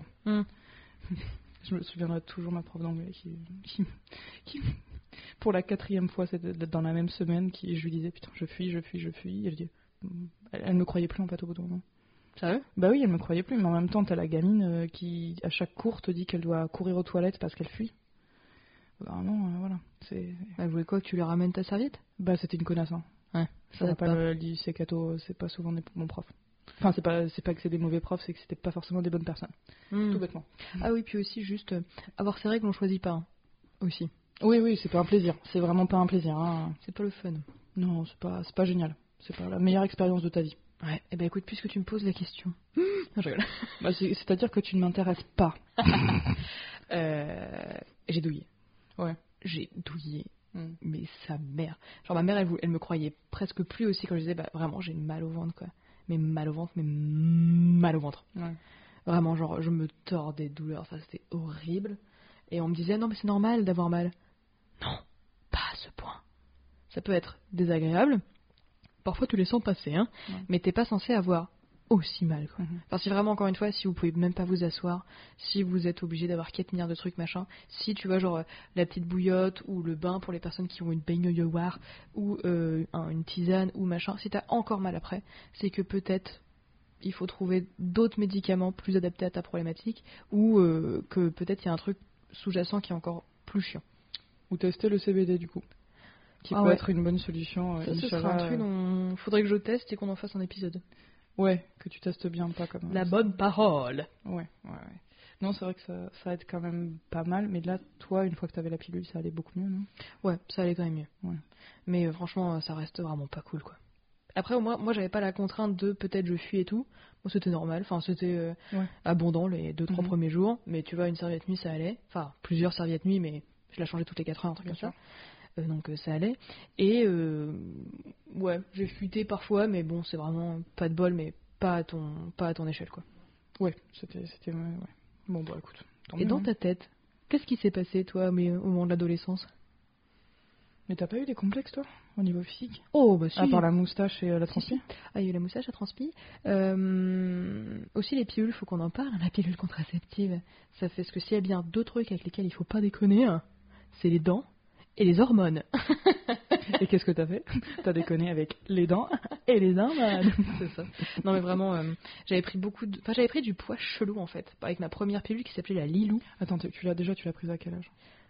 Je me souviendrai toujours ma prof d'anglais qui pour la 4e fois dans la même semaine, je lui disais putain, je fuis. Elle me croyait plus en fait au bout d'un moment. Sérieux? Bah oui, elle me croyait plus, mais en même temps, t'as la gamine qui, à chaque cours, te dit qu'elle doit courir aux toilettes parce qu'elle fuit. Bah non, voilà. Elle voulait quoi, que tu lui ramènes ta serviette? Bah c'était une connasse, hein. Ouais, ça va pas le lycée catho, c'est pas souvent des bons profs. Enfin, c'est pas que c'est des mauvais profs, c'est que c'était pas forcément des bonnes personnes. Tout bêtement. Ah oui, puis aussi, juste, avoir ses règles, on choisit pas, hein. Aussi. Oui, c'est pas un plaisir. C'est vraiment pas un plaisir, hein. C'est pas le fun. Non, c'est pas génial. C'est pas la meilleure expérience de ta vie. Ouais, et ben écoute, puisque tu me poses la question. Non, je rigole. C'est-à-dire que tu ne m'intéresses pas. J'ai douillé. Ouais. J'ai douillé. Mais sa mère. Genre ma mère, elle me croyait presque plus aussi quand je disais, bah vraiment, j'ai mal au ventre, quoi. Mais mal au ventre. Ouais. Vraiment, genre, je me tords des douleurs, ça c'était horrible. Et on me disait, non mais c'est normal d'avoir mal. Non, pas à ce point. Ça peut être désagréable. Parfois tu les sens passer, hein. Ouais. Mais t'es pas censé avoir aussi mal, quoi. Enfin, si vraiment, encore une fois, si vous pouvez même pas vous asseoir, si vous êtes obligé d'avoir 4 milliards de trucs, machin, si tu vois, genre, la petite bouillotte, ou le bain pour les personnes qui ont une baignoire, ou une tisane, ou machin, si t'as encore mal après, c'est que peut-être il faut trouver d'autres médicaments plus adaptés à ta problématique, ou que peut-être il y a un truc sous-jacent qui est encore plus chiant. Ou tester le CBD, du coup. Qui peut être une bonne solution. Ça, ce sera un truc dont faudrait que je teste et qu'on en fasse un épisode. Ouais, que tu testes bien, pas comme... La bonne parole. Ouais. Non, c'est vrai que ça aide quand même pas mal, mais là, toi, une fois que t'avais la pilule, ça allait beaucoup mieux, non? Ouais, ça allait quand même mieux. Ouais. Mais franchement, ça reste vraiment pas cool, quoi. Après, moi, j'avais pas la contrainte de peut-être je fuis et tout. Bon, c'était normal, enfin, c'était abondant les 2-3 premiers jours, mais tu vois, une serviette nuit, ça allait. Enfin, plusieurs serviettes nuit, mais je la changeais toutes les 4 heures, un truc comme ça. Donc ça allait. Et ouais, j'ai fuité parfois, mais bon, c'est vraiment pas de bol, mais pas à ton échelle, quoi. Ouais, c'était ouais. Bon, bah écoute. Et dans ta tête, qu'est-ce qui s'est passé, toi, mais au moment de l'adolescence? Mais t'as pas eu des complexes, toi, au niveau physique? Oh, bah si. À part la moustache et la transpi. Ah, il y a eu la moustache, la transpi. Aussi, les pilules, faut qu'on en parle. La pilule contraceptive, ça fait ce que s'il y a bien 2 trucs avec lesquels il faut pas déconner, hein, c'est les dents et les hormones. Et qu'est-ce que t'as fait? T'as déconné avec les dents et les hormones. C'est ça. Non, mais vraiment, j'avais pris j'avais pris du poids chelou, en fait, avec ma première pilule qui s'appelait la Lilou. Attends, tu l'as prise à quel âge?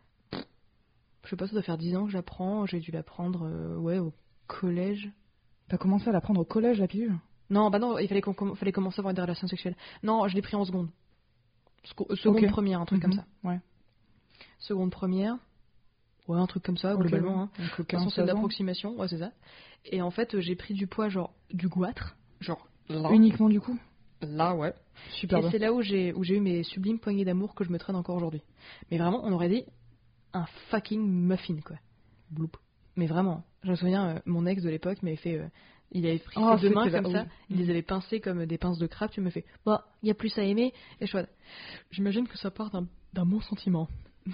Je sais pas, ça doit faire 10 ans que je la prends. J'ai dû la prendre au collège. T'as commencé à la prendre au collège, la pilule? Non, bah non, il fallait commencer à avoir des relations sexuelles. Non, je l'ai pris en seconde. Seconde première, un truc comme ça. Ouais. Seconde première. Ouais, un truc comme ça, globalement. Hein. Donc, de toute façon, c'est de l'approximation. Ouais, c'est ça. Et en fait, j'ai pris du poids, genre, du goitre. Genre, là. Uniquement du coup? Là, ouais. Super. Et c'est là où j'ai eu mes sublimes poignées d'amour que je me traîne encore aujourd'hui. Mais vraiment, on aurait dit un fucking muffin, quoi. Bloop. Mais vraiment, je me souviens, mon ex de l'époque m'avait fait... il avait pris ses 2 mains comme ça, il les avait pincées comme des pinces de crabe, tu me fais « Bah, il y a plus à aimer ». Et j'imagine que ça part d'un bon sentiment.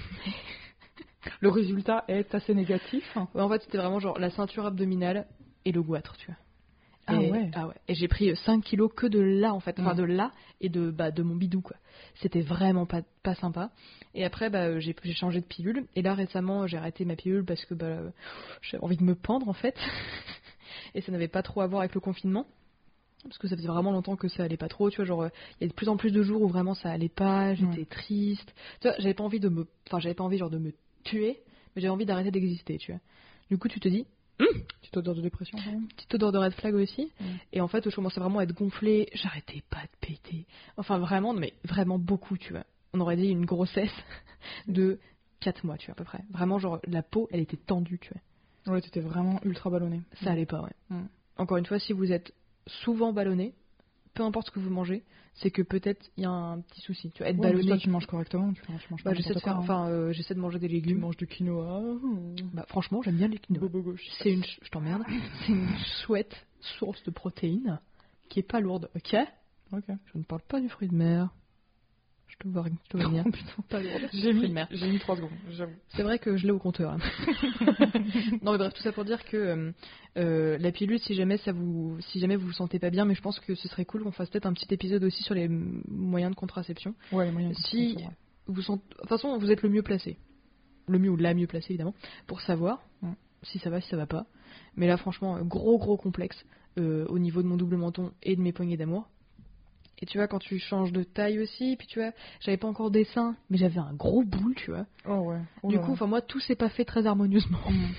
Le résultat est assez négatif. Ouais, en fait, c'était vraiment genre la ceinture abdominale et le goitre, tu vois. Ah ouais. Et j'ai pris 5 kilos que de là, en fait. Enfin, de là et de mon bidou, quoi. C'était vraiment pas sympa. Et après, j'ai changé de pilule. Et là, récemment, j'ai arrêté ma pilule parce que j'avais envie de me pendre, en fait. Et ça n'avait pas trop à voir avec le confinement. Parce que ça faisait vraiment longtemps que ça allait pas trop, tu vois, genre, il y a de plus en plus de jours où vraiment ça allait pas, j'étais triste. Tu vois, j'avais pas envie genre de me tuer, mais j'avais envie d'arrêter d'exister, tu vois. Du coup, tu te dis, petite odeur de dépression quand même. Petite odeur de red flag aussi. Et en fait, je commençais vraiment à être gonflée, j'arrêtais pas de péter. Enfin, vraiment, mais vraiment beaucoup, tu vois. On aurait dit une grossesse de 4 mois, tu vois, à peu près. Vraiment, genre, la peau, elle était tendue, tu vois. Ouais, t'étais vraiment ultra ballonnée. Ça allait pas, ouais. Encore une fois, si vous êtes souvent ballonné, peu importe ce que vous mangez, c'est que peut-être il y a un petit souci. Tu vas être ballonné. Toi, tu manges correctement, tu manges pas j'essaie de faire, j'essaie de manger des légumes. Tu manges du quinoa. Franchement, j'aime bien les quinoa. Je t'emmerde. C'est une chouette source de protéines qui est pas lourde, ok. Je ne parle pas du fruit de mer. Je te vois venir. Pas lourde. J'ai mis 3 secondes, j'avoue. C'est vrai que je l'ai au compteur. Non, mais bref, tout ça pour dire que la pilule, si jamais vous vous sentez pas bien, mais je pense que ce serait cool qu'on fasse peut-être un petit épisode aussi sur les moyens de contraception. Ouais, les moyens de contraception. Si vous sentez, de toute façon, vous êtes le mieux placé, le mieux ou la mieux placée évidemment, pour savoir si ça va, si ça va pas. Mais là, franchement, gros complexe au niveau de mon double menton et de mes poignées d'amour. Et tu vois, quand tu changes de taille aussi, puis tu vois, j'avais pas encore des seins, mais j'avais un gros boule, tu vois. Oh ouais. Du coup, moi, tout s'est pas fait très harmonieusement.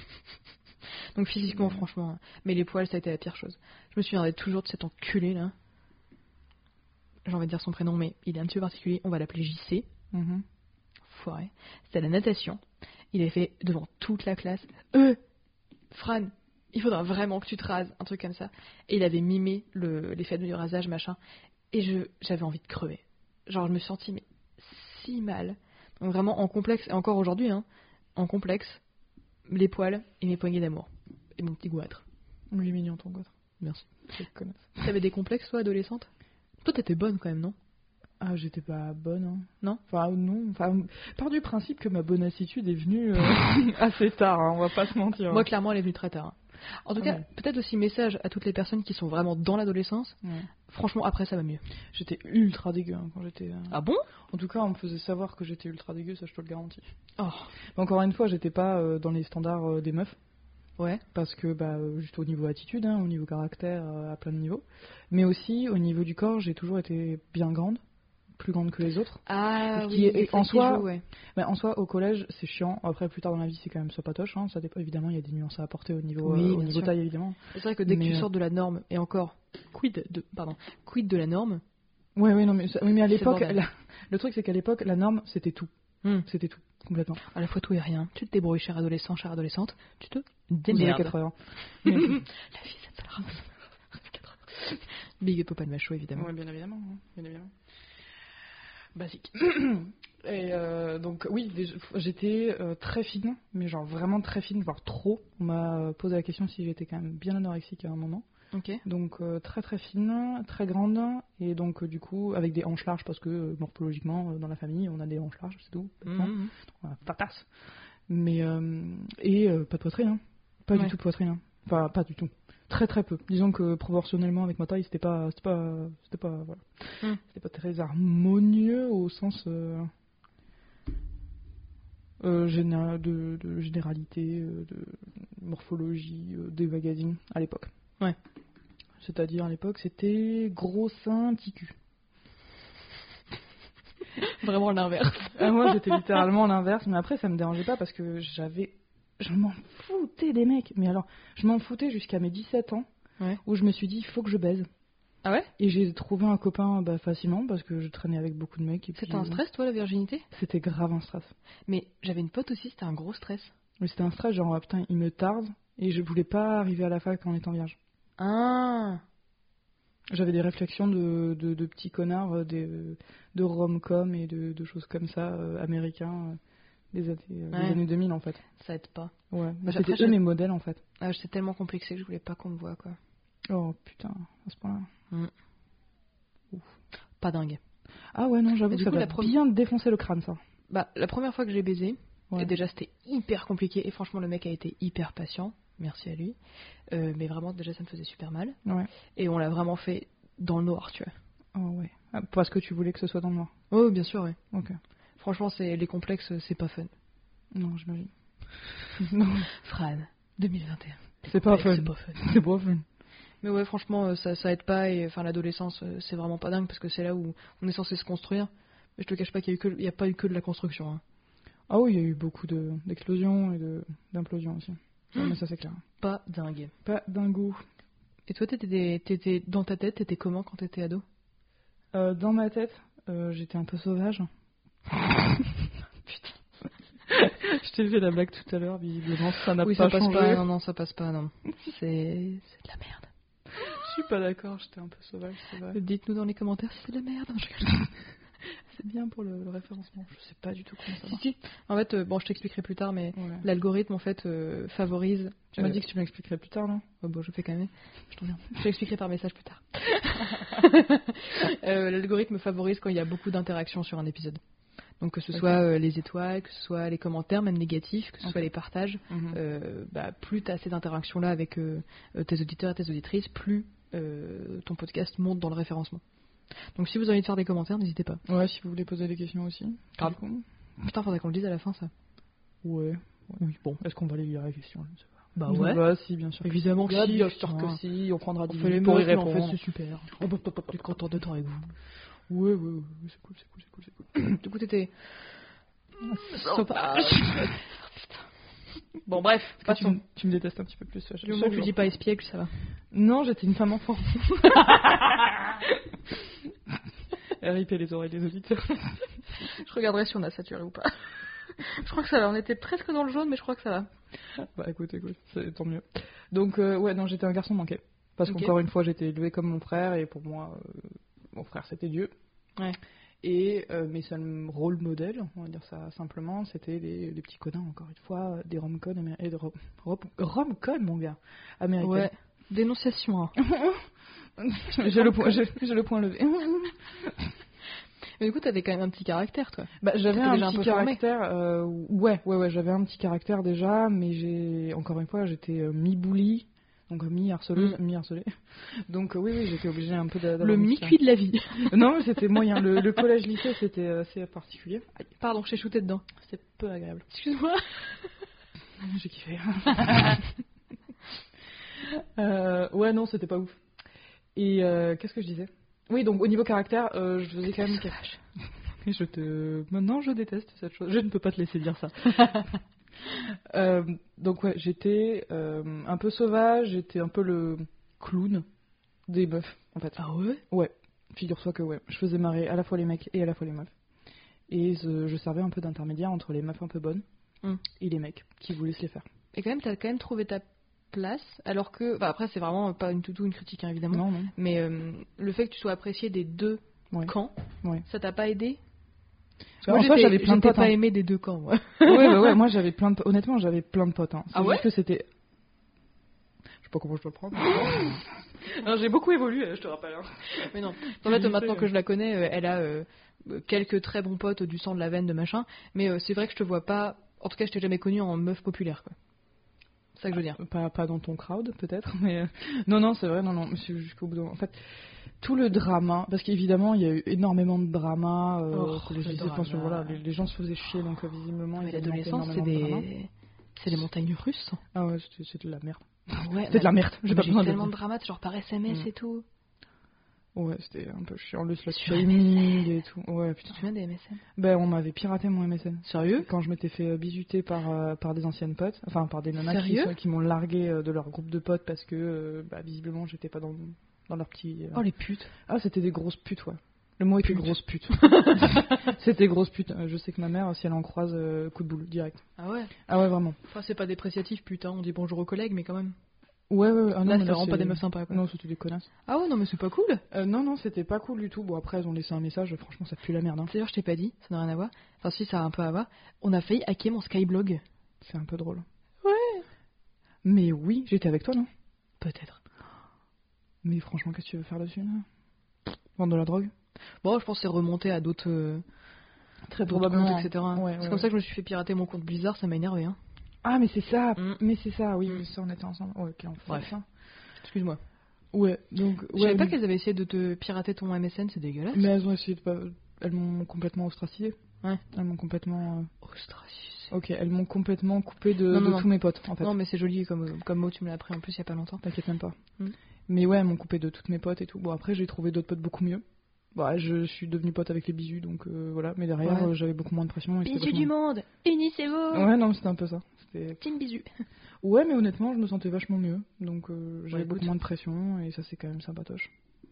Donc physiquement, franchement. Mais les poils, ça a été la pire chose. Je me souviendrai toujours de cet enculé, là. J'ai envie de dire son prénom, mais il est un petit peu particulier. On va l'appeler JC. Foiré. C'était à la natation. Il avait fait devant toute la classe. Fran, il faudra vraiment que tu te rases. Un truc comme ça. Et il avait mimé l'effet du rasage, machin. Et j'avais envie de crever. Genre, je me suis sentie mais si mal. Donc vraiment en complexe, et encore aujourd'hui, en complexe, les poils et mes poignées d'amour. Et mon petit goitre. Il est mignon ton goitre. Merci. T'avais des complexes, toi, adolescente? Toi, t'étais bonne quand même, non? Ah, j'étais pas bonne, hein. Non? Non. Part du principe que ma bonassitude est venue assez tard, on va pas se mentir. Moi, clairement, elle est venue très tard. En tout cas, peut-être aussi message à toutes les personnes qui sont vraiment dans l'adolescence. Franchement, après, ça va mieux. J'étais ultra dégueu quand j'étais. Ah bon? En tout cas, on me faisait savoir que j'étais ultra dégueu, ça je te le garantis. Oh. Mais encore une fois, j'étais pas dans les standards des meufs. Ouais. Parce que, juste au niveau attitude, au niveau caractère, à plein de niveaux. Mais aussi, au niveau du corps, j'ai toujours été bien grande. Plus grande que les autres. Ah oui, en soi, joue, ouais. En soi, au collège, c'est chiant. Après, plus tard dans la vie, c'est quand même sympatoche. Ça dépend, évidemment, il y a des nuances à apporter au niveau, taille, évidemment. C'est vrai que dès que tu sors de la norme, et encore, quid de la norme. Ouais, non, mais à l'époque, le truc, c'est qu'à l'époque, la norme, c'était tout. C'était tout, complètement. À la fois tout et rien. Tu te débrouilles, cher adolescent, chère adolescente. Tu te démerdes. Vous avez 80 ans. La vie, ça te rame. Big up au Palmacho, évidemment. Ouais, bien évidemment. Basique. Et donc oui, j'étais très fine, mais genre vraiment très fine, voire trop. On m'a posé la question si j'étais quand même bien anorexique à un moment. Ok. Donc très très fine, très grande, et donc du coup avec des hanches larges parce que morphologiquement dans la famille on a des hanches larges, c'est tout. Fatasse. Mais pas de poitrine, pas du tout de poitrine. Enfin pas du tout. Très très peu. Disons que proportionnellement avec ma taille, c'était pas voilà. C'était pas très harmonieux au sens de généralité, de morphologie des magazines à l'époque. Ouais. C'est-à-dire à l'époque, c'était gros sein, petit cul. Vraiment l'inverse. Moi, j'étais littéralement l'inverse, mais après ça me dérangeait pas parce que je m'en foutais des mecs. Mais alors, je m'en foutais jusqu'à mes 17 ans, où je me suis dit, il faut que je baise. Ah ouais? Et j'ai trouvé un copain facilement, parce que je traînais avec beaucoup de mecs. C'était un stress, toi, la virginité? C'était grave un stress. Mais j'avais une pote aussi, c'était un gros stress. Mais c'était un stress, genre, putain, il me tarde, et je voulais pas arriver à la fac en étant vierge. Ah. J'avais des réflexions de petits connards, de rom-com et de choses comme ça, américains. Des années 2000 en fait. Ça aide pas. Ouais, c'était eux mes modèles en fait. Ah, j'étais tellement complexée que je voulais pas qu'on me voie quoi. Oh putain, à ce point-là. Ouf. Pas dingue. Ah ouais, non, j'avoue que ça va bien défoncer le crâne ça. La première fois que j'ai baisé, et déjà c'était hyper compliqué et franchement le mec a été hyper patient, merci à lui. Mais vraiment déjà ça me faisait super mal. Ouais. Et on l'a vraiment fait dans le noir, tu vois. Oh ouais. Parce que tu voulais que ce soit dans le noir. Oh bien sûr, ouais. Ok. Franchement, les complexes, c'est pas fun. Non, j'imagine. Non. Fran, 2021. C'est pas fun. C'est pas fun. C'est pas fun. Mais ouais, franchement, ça aide pas. Et enfin, l'adolescence, c'est vraiment pas dingue parce que c'est là où on est censé se construire. Mais je te cache pas qu'il y a pas eu que de la construction. Hein. Ah oui, il y a eu beaucoup d'explosions et d'implosions aussi. Ouais, mais ça, c'est clair. Pas dingue. Pas dingo. Et toi, t'étais dans ta tête, t'étais comment quand t'étais ado? Dans ma tête, j'étais un peu sauvage. Putain. Je t'ai fait la blague tout à l'heure, visiblement ça n'a pas ça passe changé. Pas. Non, ça passe pas, non. C'est de la merde. Je suis pas d'accord, j'étais un peu sauvage, c'est vrai. Dites-nous dans les commentaires si c'est de la merde. C'est bien pour le référencement, je sais pas du tout comment ça marche. Si. En fait, je t'expliquerai plus tard, mais l'algorithme en fait favorise. Tu m'as dit que tu m'expliquerais plus tard, non? Je fais quand même. Je t'en viens. Je t'expliquerai par message plus tard. L'algorithme favorise quand il y a beaucoup d'interactions sur un épisode. Donc que ce soit les étoiles, que ce soit les commentaires, même négatifs, que ce soit les partages, plus tu as ces interactions-là avec tes auditeurs et tes auditrices, plus ton podcast monte dans le référencement. Donc si vous avez envie de faire des commentaires, n'hésitez pas. Ouais, si vous voulez poser des questions aussi. Grave. Putain, faudrait qu'on le dise à la fin, ça. Ouais. Oui. Bon, est-ce qu'on va aller lire la question? Je ne sais pas. Bah ouais. Bah si, bien sûr. Évidemment que si. Bien sûr que si. On prendra 10 minutes pour y répondre. En fait, c'est super. On peut être content de temps avec vous. Ouais, c'est cool. Du coup, t'étais... Putain. Bon, bref. Tu me détestes un petit peu plus. Du moment que tu dis pas espiègle, ça va. Non, j'étais une femme enfant. RIP les oreilles des auditeurs. Je regarderai si on a saturé ou pas. Je crois que ça va. On était presque dans le jaune, mais je crois que ça va. Bah écoute, c'est tant mieux. Donc, non, j'étais un garçon manqué. Parce qu'encore une fois, j'étais élevé comme mon frère, et pour moi, mon frère c'était Dieu. Ouais. Et mes seuls rôles modèles, on va dire ça simplement, c'était les petits connards, encore une fois, des rom-com rom-com, mon gars, américains. Ouais, dénonciation. Hein. J'ai le point levé. Mais du coup, t'avais quand même un petit caractère, toi. J'avais un petit caractère. Ouais, j'avais un petit caractère déjà, mais encore une fois, j'étais mi-bully. donc mi-harceleuse, mi-harcelée. Donc oui, j'étais obligée un peu d'avoir le mi-cuit de la vie. Non, mais c'était moyen. Le collège-lycée, c'était assez particulier. Pardon, j'ai shooté dedans. C'était peu agréable. Excuse-moi. J'ai kiffé. Ouais, non, c'était pas ouf. Et qu'est-ce que je disais? Oui, donc au niveau caractère, je faisais quand même... Maintenant, je déteste cette chose. Je ne peux pas te laisser dire ça. Donc ouais, j'étais un peu sauvage, j'étais un peu le clown des meufs, en fait. Ah ouais? Ouais, figure-toi que ouais, je faisais marrer à la fois les mecs et à la fois les meufs. Et je servais un peu d'intermédiaire entre les meufs un peu bonnes et les mecs qui voulaient se les faire. Et quand même, t'as quand même trouvé ta place, alors que... Enfin, après, c'est vraiment pas du tout une critique, hein, évidemment. Non. Mais le fait que tu sois apprécié des deux camps, ça t'a pas aidé? Moi, j'avais plein de potes. J'étais pas aimé des deux camps, moi. Ouais, moi j'avais plein de potes. Honnêtement, j'avais plein de potes. Hein. Ah ouais? Juste que c'était... Je sais pas comment je dois le prendre. Non, j'ai beaucoup évolué, je te rappelle. Hein. Mais non. En fait, maintenant que je la connais, elle a quelques très bons potes du sang de la veine de machin. Mais c'est vrai que je te vois pas... En tout cas, je t'ai jamais connue en meuf populaire, quoi. C'est ça que je veux dire. Pas dans ton crowd, peut-être, mais... Non, c'est vrai, non. C'est jusqu'au bout de... En fait... Tout le drama, parce qu'évidemment il y a eu énormément de drama, voilà, les gens se faisaient chier, donc visiblement mais l'adolescence c'est les montagnes russes. Ah ouais, c'était de la merde. Ah ouais, c'était de la merde. J'ai tellement de drama, genre par SMS et tout. Ouais, c'était un peu chiant, le slut shaming et tout. Ouais, putain. Tu te souviens des MSN? Ben on m'avait piraté mon MSN. Sérieux? Quand je m'étais fait bisuter par des anciennes potes, enfin par des nanas qui m'ont largué de leur groupe de potes parce que visiblement j'étais pas dans leur petit... Oh les putes. Ah, c'était des grosses putes, ouais. Le mot était grosse pute. C'était grosse pute. Je sais que ma mère, si elle en croise, coup de boule, direct. Ah ouais? Ah ouais, vraiment. Enfin, c'est pas dépréciatif, putain, on dit bonjour aux collègues, mais quand même. Ouais. Ah, là, c'était vraiment pas des meufs sympas, quoi. Non, c'était des connasses. Ah ouais, non, mais c'est pas cool. Non, c'était pas cool du tout. Bon, après, elles ont laissé un message, franchement, ça pue la merde. Hein. D'ailleurs, je t'ai pas dit, ça n'a rien à voir. Enfin, si, ça a un peu à voir. On a failli hacker mon Skyblog. C'est un peu drôle. Ouais. Mais oui, j'étais avec toi, non? Peut-être. Mais franchement, qu'est-ce que tu veux faire dessus, là? Vendre de la drogue? Bon, je pense que c'est remonté à d'autres... Très probablement. Comptes, etc. C'est comme ça que je me suis fait pirater mon compte Blizzard, ça m'a énervé, hein. Ah, mais c'est ça, oui, ça, on était ensemble. Ouais, ok, bref. Ça. Excuse-moi. Ouais, donc... Je savais pas qu'elles avaient essayé de te pirater ton MSN, c'est dégueulasse. Mais elles ont essayé de pas... Elles m'ont complètement ostracisé. Ouais. Elles m'ont complètement... Ostracisé. Ok, elles m'ont complètement coupé de tous mes potes, en fait. Non, mais c'est joli comme mot, tu me l'as appris en plus il y a pas longtemps. T'inquiète même pas. Mais ouais, elles m'ont coupé de toutes mes potes et tout. Bon, après, j'ai trouvé d'autres potes beaucoup mieux. Bah, je suis devenue pote avec les bisous, donc voilà. Mais derrière, j'avais beaucoup moins de pression. Bisous du monde, unissez-vous. Ouais, non, c'était un peu ça. Team bisous. Ouais, mais honnêtement, je me sentais vachement mieux. Donc j'avais beaucoup moins de pression et ça, c'est quand même sympatoche.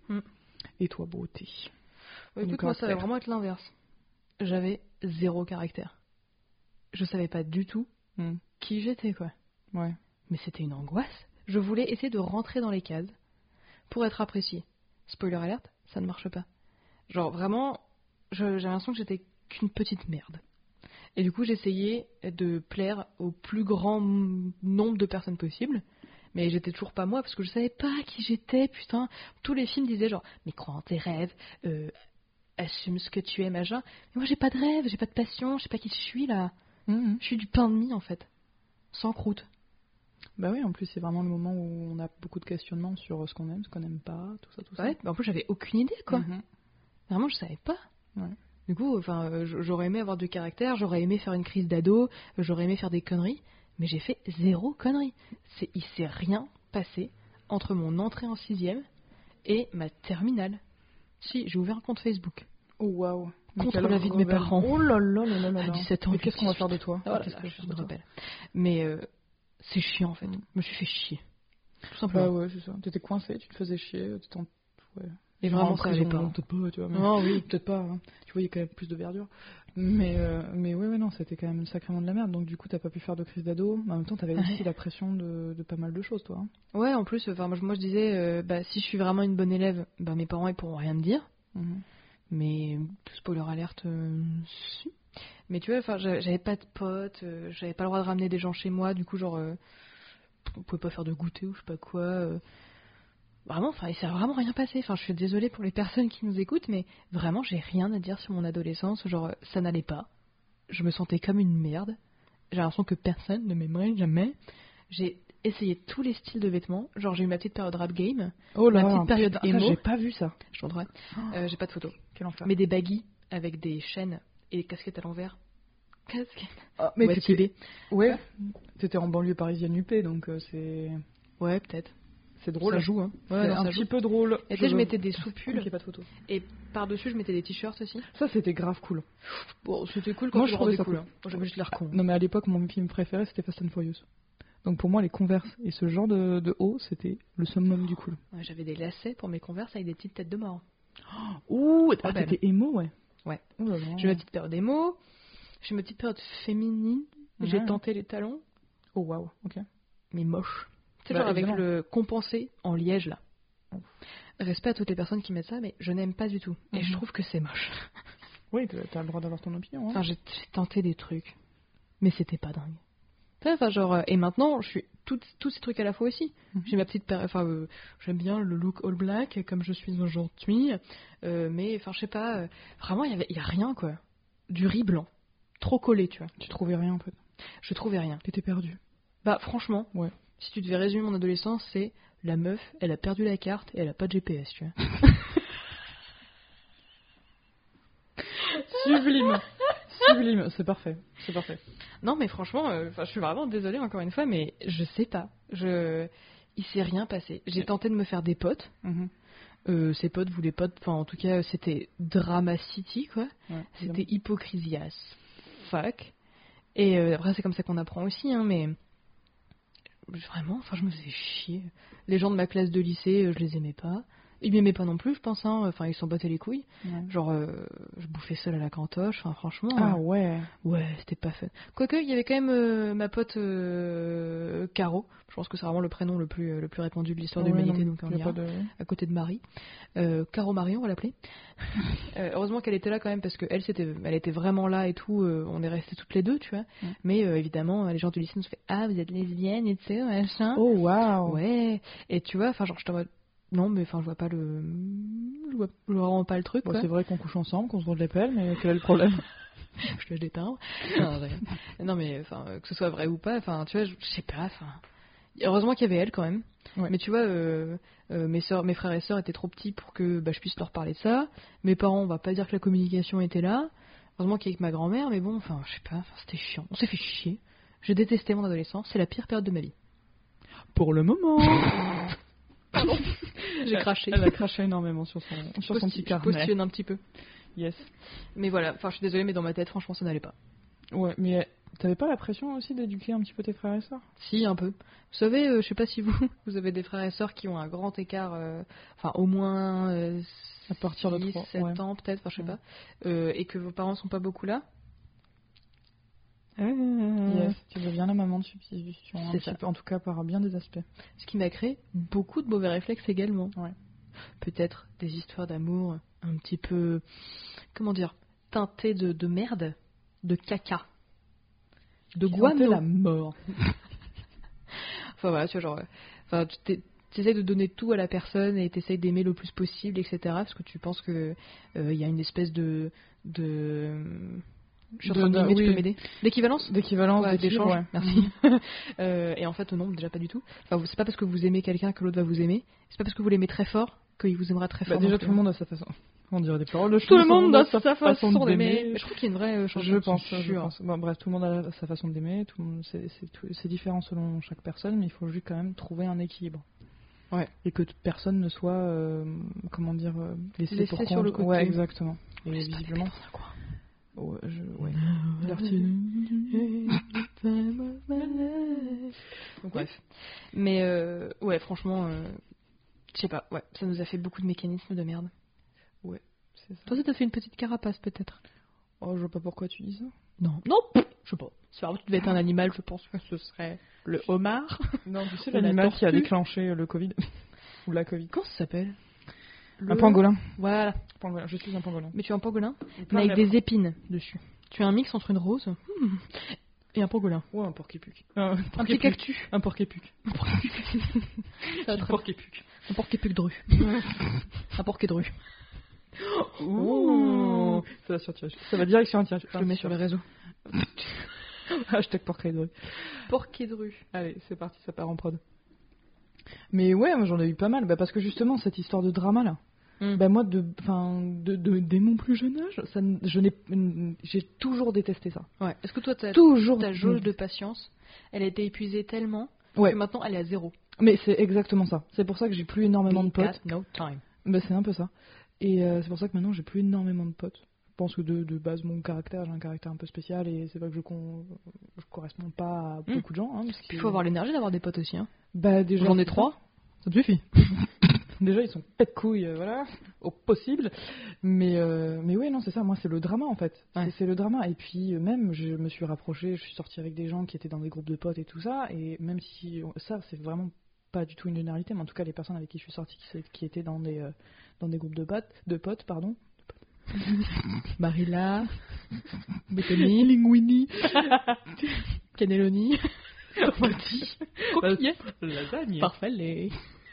Et toi, beauté? Écoute, moi, ça va vraiment être l'inverse. J'avais zéro caractère. Je savais pas du tout qui j'étais, quoi. Ouais. Mais c'était une angoisse. Je voulais essayer de rentrer dans les cases pour être appréciée. Spoiler alert, ça ne marche pas. Genre vraiment, j'avais l'impression que j'étais qu'une petite merde. Et du coup, j'essayais de plaire au plus grand nombre de personnes possible. Mais j'étais toujours pas moi parce que je savais pas qui j'étais, putain. Tous les films disaient genre, mais crois en tes rêves, assume ce que tu es, machin. Mais moi, j'ai pas de rêve, j'ai pas de passion, je sais pas qui je suis là. Je suis du pain de mie en fait. Sans croûte. Bah oui, en plus, c'est vraiment le moment où on a beaucoup de questionnements sur ce qu'on aime, ce qu'on aime pas, tout ça. Ouais, mais en plus, j'avais aucune idée, quoi. Vraiment, je savais pas. Ouais. Du coup, j'aurais aimé avoir du caractère, j'aurais aimé faire une crise d'ado, j'aurais aimé faire des conneries, mais j'ai fait zéro connerie. Il s'est rien passé entre mon entrée en 6ème et ma terminale. Si, j'ai ouvert un compte Facebook. Oh waouh. Contre l'avis de mes parents. Oh là là là là. À 17 ans. Mais qu'est-ce qu'on va faire de toi? Je me rappelle. Mais c'est chiant en fait. Je me suis fait chier. Tout simplement. Bah ouais, c'est ça. T'étais coincé, tu te faisais chier, ouais. Et vraiment, ça allait pas. Peut-être pas, tu vois. Non, oui. Peut-être pas. Hein. Tu vois, il y a quand même plus de verdure. Mais ouais, non, c'était quand même sacrément de la merde. Donc du coup, t'as pas pu faire de crise d'ado. Mais en même temps, t'avais aussi la pression de pas mal de choses, toi. Hein. Ouais, en plus, moi je disais, si je suis vraiment une bonne élève, mes parents ils pourront rien me dire. Mais spoiler alerte, si. Mais tu vois, j'avais pas de potes, j'avais pas le droit de ramener des gens chez moi. Du coup, genre, on pouvait pas faire de goûter ou je sais pas quoi. Vraiment, il s'est vraiment rien passé. Je suis désolée pour les personnes qui nous écoutent, mais vraiment, j'ai rien à dire sur mon adolescence. Genre, ça n'allait pas. Je me sentais comme une merde. J'ai l'impression que personne ne m'aimerait jamais. J'ai essayé tous les styles de vêtements. Genre, j'ai eu ma petite période rap game, Oh là, ma petite période putain, emo. j'ai pas vu ça. Je montrerai. J'ai pas de photo. Quel enfer. Mais des baggy avec des chaînes et des casquettes à l'envers. Casquettes. Ah, mais Ouais, t'étais... Ouais, t'étais en banlieue parisienne UP, donc c'est... Ouais, peut-être. C'est drôle. Ça joue, hein. C'est Ouais, non, un ça petit joue. peu drôle. Et tu sais, je mettais des sous-pulls. Ok, pas de photo. Et par-dessus, je mettais des t-shirts aussi. Ça, c'était grave cool. Bon, c'était cool quand Moi, tu je le trouvais rendais ça cool. cool. Hein. Moi, j'avais juste l'air con. Non, mais à l'époque, mon film préféré, c'était Fast and Furious. Donc pour moi, les Converse et ce genre de haut, c'était le summum du cool. Ouais, j'avais des lacets pour mes Converse avec des petites têtes de mort. Ouh, Trop belle. t'étais émo, ouais. Ouais. Oh là là. J'ai ma petite période émo. J'ai ma petite période féminine. J'ai Ouais. tenté les talons. Oh waouh, ok. Mais moche. Tu sais, Bah, genre avec évidemment. le compensé en liège là. Respect à toutes les personnes qui mettent ça, mais je n'aime pas du tout. Et je Mhm. trouve que c'est moche. Oui, t'as le droit d'avoir ton opinion. Hein. Enfin, j'ai tenté des trucs, mais c'était pas dingue. Tu sais, enfin, genre, et maintenant, je suis tous ces trucs à la fois aussi. Mhm. J'ai ma petite enfin, j'aime bien le look all black, comme je suis aujourd'hui, mais enfin, je sais pas, vraiment, il y a rien, quoi. Du riz blanc. Trop collé, tu vois. Tu trouvais rien en fait. Je trouvais rien. T'étais perdu. Bah, franchement, Ouais. si tu devais résumer mon adolescence, c'est la meuf, elle a perdu la carte et elle a pas de GPS, tu vois. Sublime. Sublime, c'est parfait. C'est parfait. Non, mais franchement, je suis vraiment désolée encore une fois, mais je sais pas. Il s'est rien passé. J'ai tenté de me faire des potes. Mhm. Ces potes voulaient pas. Enfin, en tout cas, c'était Drama City, quoi. Ouais, C'était hypocrisie as fuck. Et après, c'est comme ça qu'on apprend aussi, hein, mais. Vraiment, enfin, je me faisais chier. Les gens de ma classe de lycée, je les aimais pas. Ils m'aimaient pas non plus, je pense, hein. Enfin, ils s'en battaient les couilles. Ouais. Genre, je bouffais seule à la cantoche, enfin, franchement. Ah ouais. Ouais, c'était pas fun. Quoique, il y avait quand même ma pote Caro. Je pense que c'est vraiment le prénom le plus répandu de l'histoire de l'humanité, donc on y a ira pas de... à côté de Marie. Caro Marie, on va l'appeler. Heureusement qu'elle était là quand même, parce qu'elle elle était vraiment là et tout. On est restés toutes les deux, tu vois. Ouais. Mais évidemment, les gens du lycée nous ont fait ah, vous êtes lesbienne et tu sais, machin. Oh waouh. Ouais. Et tu vois, enfin, genre, je t'en non, mais enfin, je vois pas le. Je vois vraiment pas le truc, Bon, quoi. c'est vrai qu'on couche ensemble, qu'on se rend de l'épelle, mais quel est le problème? Je te lâche des timbres. Non, rien. Non, mais enfin, que ce soit vrai ou pas, enfin, tu vois, je sais pas, enfin. Heureusement qu'il y avait elle quand même. Ouais. Mais tu vois, mes frères et sœurs étaient trop petits pour que je puisse leur parler de ça. Mes parents, on va pas dire que la communication était là. Heureusement qu'il y a avec ma grand-mère, mais bon, enfin, je sais pas, c'était chiant. On s'est fait chier. J'ai détesté mon adolescence. C'est la pire période de ma vie. Pour le moment. Pardon. J'ai craché. Elle a craché énormément sur son petit Je carnet. postillonne un petit peu. Yes. Mais voilà, enfin, je suis désolée, mais dans ma tête, franchement, ça n'allait pas. Ouais, mais t'avais pas la pression aussi d'éduquer un petit peu tes frères et sœurs? Si, un peu. Vous savez, je sais pas si vous avez des frères et sœurs qui ont un grand écart, enfin au moins À partir de 6, 3, 7 ouais. ans peut-être, enfin je sais Ouais. pas, et que vos parents sont pas beaucoup là. Yes, tu deviens la maman de substitution, un C'est petit ça. peu, en tout cas par bien des aspects. Ce qui m'a créé beaucoup de mauvais réflexes également. Ouais. Peut-être des histoires d'amour un petit peu, comment dire, teintées de merde, de caca, de Qui guano. sentait la mort. Enfin voilà, tu vois, genre, enfin, tu essaies de donner tout à la personne et tu essaies d'aimer le plus possible, etc. Parce que tu penses que il y a une espèce de je suis en train de oui. tu peux m'aider. D'équivalence. D'équivalence, Ouais, d'équilibre, d'échange. ouais. Merci. Et en fait, non, déjà pas du tout. Enfin, c'est pas parce que vous aimez quelqu'un que l'autre va vous aimer. C'est pas parce que vous l'aimez très fort qu'il vous aimera très Bah, fort. déjà, non tout plus. le monde a sa façon. On dirait des paroles de Tout le chanson, monde a sa façon d'aimer. d'aimer. Mais je crois qu'il y a une vraie chanson. Je pense, dessus, je hein. pense. Bon, bref, tout le monde a sa façon d'aimer, c'est différent selon chaque personne, mais il faut juste quand même trouver un équilibre. Ouais. Et que toute personne ne soit, comment dire, laissée Laissée pour sur compte. le côté. Ouais, exactement. Et Laisse pas visiblement, bébés dans un coin. ouais, ouais. Donc, bref. Mais ouais, franchement, je sais pas. Ouais, ça nous a fait beaucoup de mécanismes de merde. C'est ça. Toi, ça t'a fait une petite carapace peut-être. Oh, je vois pas pourquoi tu dis ça. Non. Non. Je sais pas. Si vraiment tu devais être un animal, je pense que ce serait le homard. Non, tu sais Ou la l'animal qui a tortue. déclenché le Covid ou la Covid. Comment ça s'appelle Un pangolin. Voilà. Pangolin. Je suis un pangolin. Mais tu es un pangolin, Plein mais de avec des épines dessus. Tu es un mix entre une rose et un pangolin. Ouais, un porc-épuc. Un petit cactus. Un porc-épuc. Ça va Un très porc-épuc. Un porc-épuc dru. Un porc-édru. Ouh. Ça va sur tirage. Ça va direct sur un tirage. Je le mets sur les réseaux. Hashtag porc-et-dru. Porc-et-dru. Allez, c'est parti, ça part en prod. Mais ouais, moi j'en ai eu pas mal, parce que justement, cette histoire de drama là, moi, dès mon plus jeune âge, j'ai toujours détesté ça. Ouais. Est-ce que toi, ta jauge de patience, elle a été épuisée tellement que maintenant elle est à 0? Mais c'est exactement ça. C'est pour ça que j'ai plus énormément de potes. No time. C'est un peu ça. Et c'est pour ça que maintenant j'ai plus énormément de potes. Je pense que de base, j'ai un caractère un peu spécial et c'est vrai que je corresponds pas à beaucoup de gens. Hein, il faut avoir l'énergie d'avoir des potes aussi. Hein. Déjà, j'en ai 3, ça te suffit. Déjà, ils sont pète couilles, voilà, au possible. Mais ouais, non, c'est ça. Moi, c'est le drama, en fait. Ouais. C'est le drama. Et puis, même, je me suis rapprochée, je suis sortie avec des gens qui étaient dans des groupes de potes et tout ça. Et même si ça, c'est vraiment pas du tout une généralité, mais en tout cas, les personnes avec qui je suis sortie, qui étaient dans des groupes de potes, pardon. Marilla, Bethany, Linguini, Cannelloni, coquillette, lasagne, farfalle,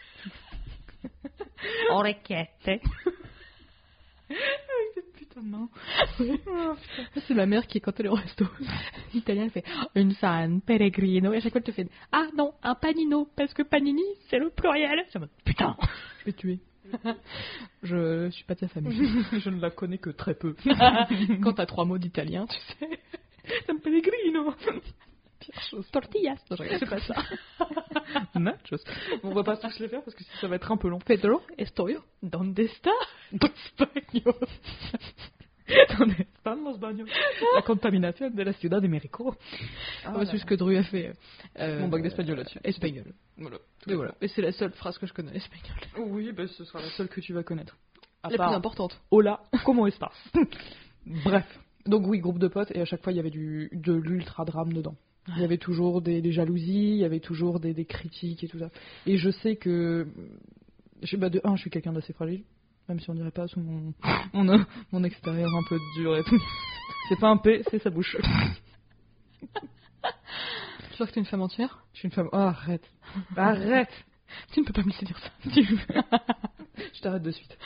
orecchiette. Putain de main. C'est ma mère qui, quand elle est au resto italien, elle fait une San Pellegrino, et à chaque fois elle te fait ah non, un panino, parce que panini c'est le pluriel. C'est mode putain, je vais tuer. Je suis pas de sa famille. Je ne la connais que très peu. Quand t'as 3 mots d'italien, tu sais. San Pellegrino. Pire chose. Tortillas. Non, c'est pas ça. Nachos. On va pas tous les faire parce que ça va être un peu long. Pedro, estoy donde está? Español. Donde están los baños? La contaminación de la Ciudad de México. C'est ce que Dru a fait. Mon bac d'espagnol là-dessus. Espagnol. Voilà. Et c'est la seule phrase que je connais espagnol. Oui, ce sera la seule que tu vas connaître. La plus importante. Hola, ¿cómo estás? Bref. Donc oui, groupe de potes, et à chaque fois il y avait de l'ultra-drame dedans. Il y avait toujours des jalousies, il y avait toujours des critiques et tout ça. Et je sais que... je suis quelqu'un d'assez fragile, même si on dirait pas sous mon extérieur un peu dur et tout. C'est pas un P, c'est sa bouche. Tu vois que t'es une femme entière? Je suis une femme... Oh, arrête. Arrête. Tu ne peux pas me laisser dire ça. Je t'arrête de suite.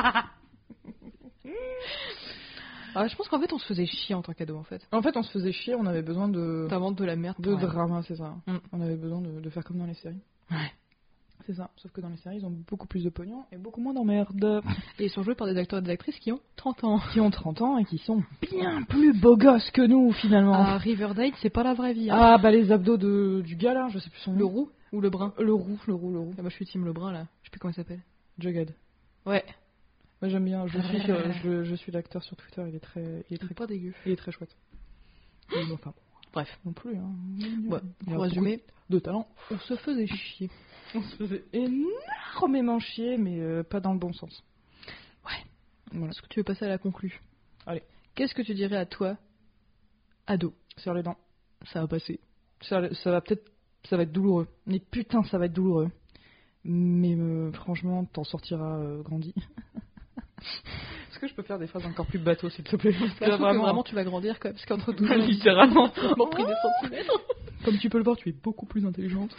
Je pense qu'en fait on se faisait chier en tant qu'ado en fait. En fait on se faisait chier, on avait besoin de... T'inventes de la merde. De drama, c'est ça. On avait besoin de faire comme dans les séries. Ouais. C'est ça, sauf que dans les séries ils ont beaucoup plus de pognon et beaucoup moins d'emmerde. Et ils sont joués par des acteurs et des actrices qui ont 30 ans. Qui ont 30 ans et qui sont bien plus beaux gosses que nous finalement. Ah, Riverdale c'est pas la vraie vie. Hein. Ah les abdos du gars là, je sais plus son nom. Le roux ou le brun? Le roux. Ah bah je suis team le brun là, je sais plus comment il s'appelle. Jughead. Ouais. Moi j'aime bien, je suis l'acteur sur Twitter, il est très pas dégueu. Il est très chouette. Enfin, bref, non plus. Hein. Ouais, pour résumer, de talent. On se faisait chier. On se faisait énormément chier, mais pas dans le bon sens. Ouais. Voilà. Est-ce que tu veux passer à la conclu? Allez. Qu'est-ce que tu dirais à toi, ado? Sur les dents. Ça va passer. Ça va être douloureux. Mais putain, ça va être douloureux. Mais franchement, t'en sortiras grandi. Est-ce que je peux faire des phrases encore plus bateau, s'il te plaît? Vraiment, tu vas grandir, quoi, parce qu'entre 12 ans, littéralement, m'en pris des centimètres. Comme tu peux le voir, tu es beaucoup plus intelligente.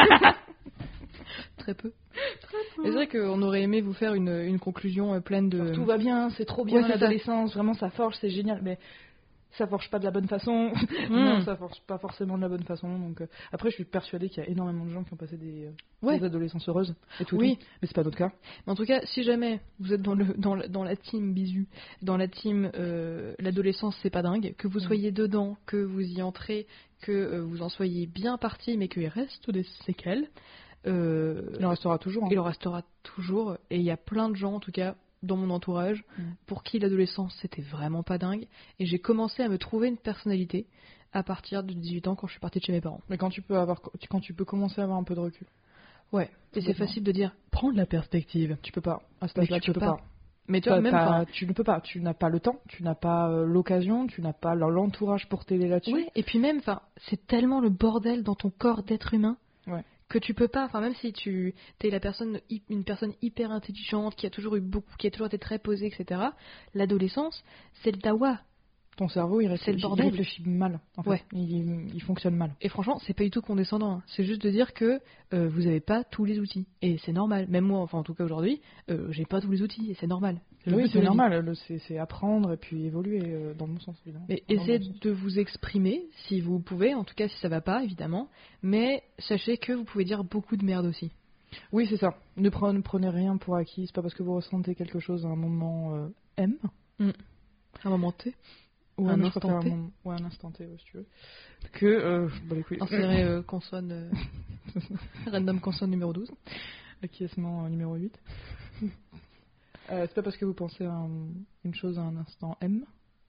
Très peu. C'est vrai qu'on aurait aimé vous faire une conclusion pleine de... Alors, tout va bien, c'est trop bien, l'adolescence, vraiment ça forge, c'est génial, mais ça forge pas de la bonne façon. Non, ça forge pas forcément de la bonne façon. Donc après, je suis persuadée qu'il y a énormément de gens qui ont passé des adolescences heureuses et tout. Mais c'est pas notre cas. Mais en tout cas, si jamais vous êtes dans la team bisu, dans la team l'adolescence c'est pas dingue, que vous soyez dedans, que vous y entrez, que vous en soyez bien parti, mais qu'il reste des séquelles. Il en restera toujours. Hein. Il en restera toujours. Et il y a plein de gens, en tout cas, dans mon entourage, pour qui l'adolescence c'était vraiment pas dingue. Et j'ai commencé à me trouver une personnalité à partir de 18 ans quand je suis partie de chez mes parents. Mais quand tu peux commencer à avoir un peu de recul. Ouais. Et c'est facile de dire prends de la perspective. Tu peux pas. À cet âge-là, tu peux pas. Mais toi, même tu ne peux pas. Tu n'as pas le temps, tu n'as pas l'occasion, tu n'as pas l'entourage pour t'aider là-dessus. Ouais. Et puis même, c'est tellement le bordel dans ton corps d'être humain. Ouais. Que tu peux pas, même si tu t'es une personne hyper intelligente, qui a toujours été très posée, etc. L'adolescence, c'est le dawa. Ton cerveau, il réfléchit mal. En fait. Ouais. Il fonctionne mal. Et franchement, c'est pas du tout condescendant. Hein. C'est juste de dire que vous avez pas tous les outils. Et c'est normal. Même moi, en tout cas aujourd'hui, j'ai pas tous les outils. Et c'est normal. Oui, c'est normal, c'est apprendre et puis évoluer dans le bon sens, évidemment. Mais essayez de vous exprimer, si vous pouvez, en tout cas si ça va pas, évidemment, mais sachez que vous pouvez dire beaucoup de merde aussi. Oui, c'est ça. Ne prenez rien pour acquis, c'est pas parce que vous ressentez quelque chose à un moment M. Un moment T. Ou un instant T. Un instant T, si tu veux. Que, insérer consonne, random consonne numéro 12. Acquiescement numéro 8. C'est pas parce que vous pensez à une chose à un instant M.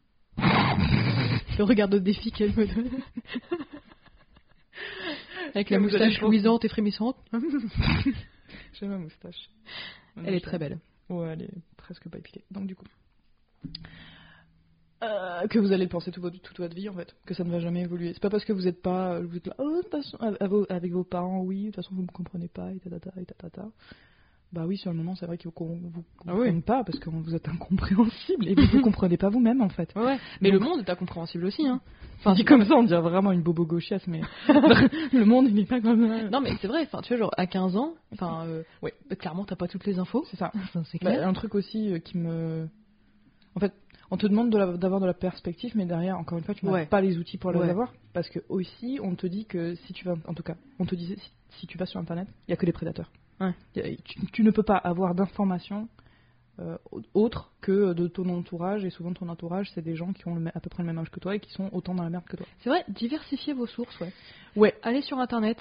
Le regard de défi qu'elle me donne. Avec la moustache luisante et frémissante. J'aime ma moustache. Elle est très belle. Ouais, elle est presque pas épilée. Donc du coup... que vous allez le penser toute votre vie en fait, que ça ne va jamais évoluer. C'est pas parce que vous êtes là, de toute façon, avec vos parents, oui, de toute façon vous me comprenez pas, et tatata. Bah oui, sur le moment, c'est vrai qu'ils vous comprennent pas parce que vous êtes incompréhensible et vous comprenez pas vous-même en fait. Ouais. Mais donc, le monde est incompréhensible aussi, hein. Enfin, dit comme ça, on dirait vraiment une bobo gauchiasse, mais le monde il est pas comme ça. Non, mais c'est vrai. Enfin, tu vois, genre à 15 ans, clairement, t'as pas toutes les infos. C'est ça. C'est clair. Un truc aussi qui me, en fait, on te demande d'avoir de la perspective, mais derrière, encore une fois, tu n'as pas les outils pour les avoir, parce que aussi, on te dit que si tu vas, en tout cas, on te disait si tu vas sur Internet, il y a que des prédateurs. Ouais. Tu ne peux pas avoir d'informations autres que de ton entourage, et souvent ton entourage, c'est des gens qui ont à peu près le même âge que toi et qui sont autant dans la merde que toi. C'est vrai, diversifiez vos sources, ouais. Allez sur Internet,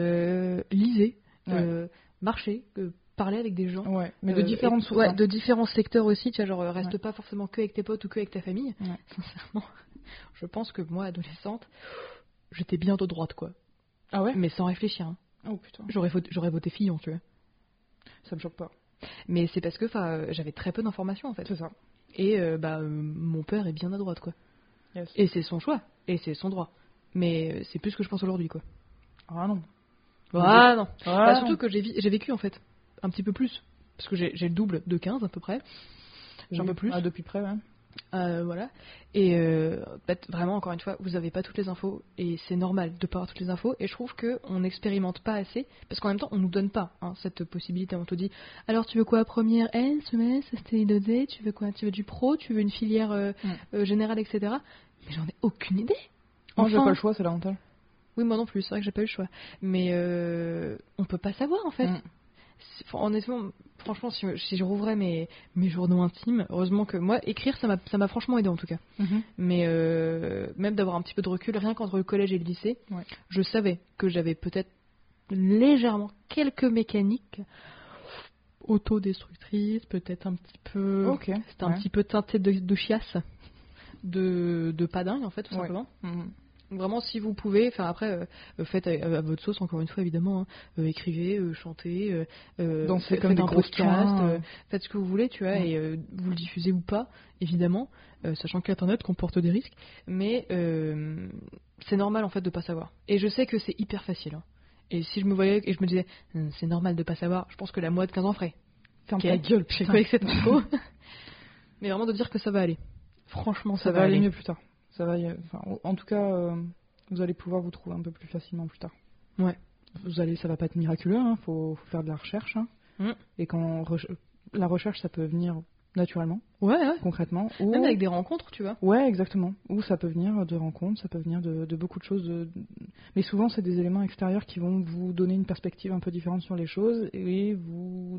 lisez, marchez, parler avec des gens. Ouais, mais de différentes sources. Ouais, de différents secteurs aussi, tu vois, genre reste pas forcément que avec tes potes ou que avec ta famille. Ouais. Sincèrement, je pense que moi, adolescente, j'étais bien de droite, quoi. Ah ouais? Mais sans réfléchir, hein. Oh putain. J'aurais voté Fillon, tu vois. Ça me choque pas. Mais c'est parce que j'avais très peu d'informations en fait. C'est ça. Et mon père est bien à droite quoi. Yes. Et c'est son choix. Et c'est son droit. Mais c'est plus ce que je pense aujourd'hui quoi. Ah non. Ah non. Bah, surtout que j'ai vécu en fait. Un petit peu plus. Parce que j'ai le double de 15 à peu près. J'ai un peu plus. Ah, depuis près, ouais. Voilà. Et vraiment, encore une fois, vous n'avez pas toutes les infos et c'est normal de ne pas avoir toutes les infos. Et je trouve qu'on n'expérimente pas assez parce qu'en même temps, on ne nous donne pas cette possibilité. On te dit alors, tu veux quoi, première L, semestre, STI2D, tu veux quoi? Tu veux du pro, tu veux une filière générale, etc. Mais j'en ai aucune idée. Moi, j'ai pas le choix, c'est l'avantage. Oui, moi non plus, c'est vrai que j'ai pas eu le choix. Mais on peut pas savoir en fait. Honnêtement, franchement, si je rouvrais mes journaux intimes, heureusement que moi, écrire, ça m'a franchement aidé en tout cas. Mais même d'avoir un petit peu de recul, rien qu'entre le collège et le lycée, je savais que j'avais peut-être légèrement quelques mécaniques autodestructrices, peut-être un petit peu. C'était un petit peu teinté de chiasse, de pas dingue en fait, tout simplement. Vraiment, si vous pouvez, enfin après, faites à votre sauce, encore une fois, évidemment. Écrivez, chantez, dansez faites comme des un podcast, faites ce que vous voulez, tu vois, et vous le diffusez ou pas, évidemment, sachant qu'Internet comporte des risques. Mais c'est normal, en fait, de pas savoir. Et je sais que c'est hyper facile. Hein. Et si je me voyais et je me disais, c'est normal de pas savoir, je pense que la moi de 15 ans ferait. Ferme ta gueule, je sais quoi avec cette info. Mais vraiment de dire que ça va aller. Franchement, ça va aller mieux plus tard. Ça va, en tout cas, vous allez pouvoir vous trouver un peu plus facilement plus tard. Ouais. Ça va pas être miraculeux, hein, faut faire de la recherche. Hein. Et la recherche, ça peut venir naturellement, concrètement. Ou... Même avec des rencontres, tu vois. Ouais, exactement. Ou ça peut venir de rencontres, ça peut venir de beaucoup de choses. Mais souvent, c'est des éléments extérieurs qui vont vous donner une perspective un peu différente sur les choses et vous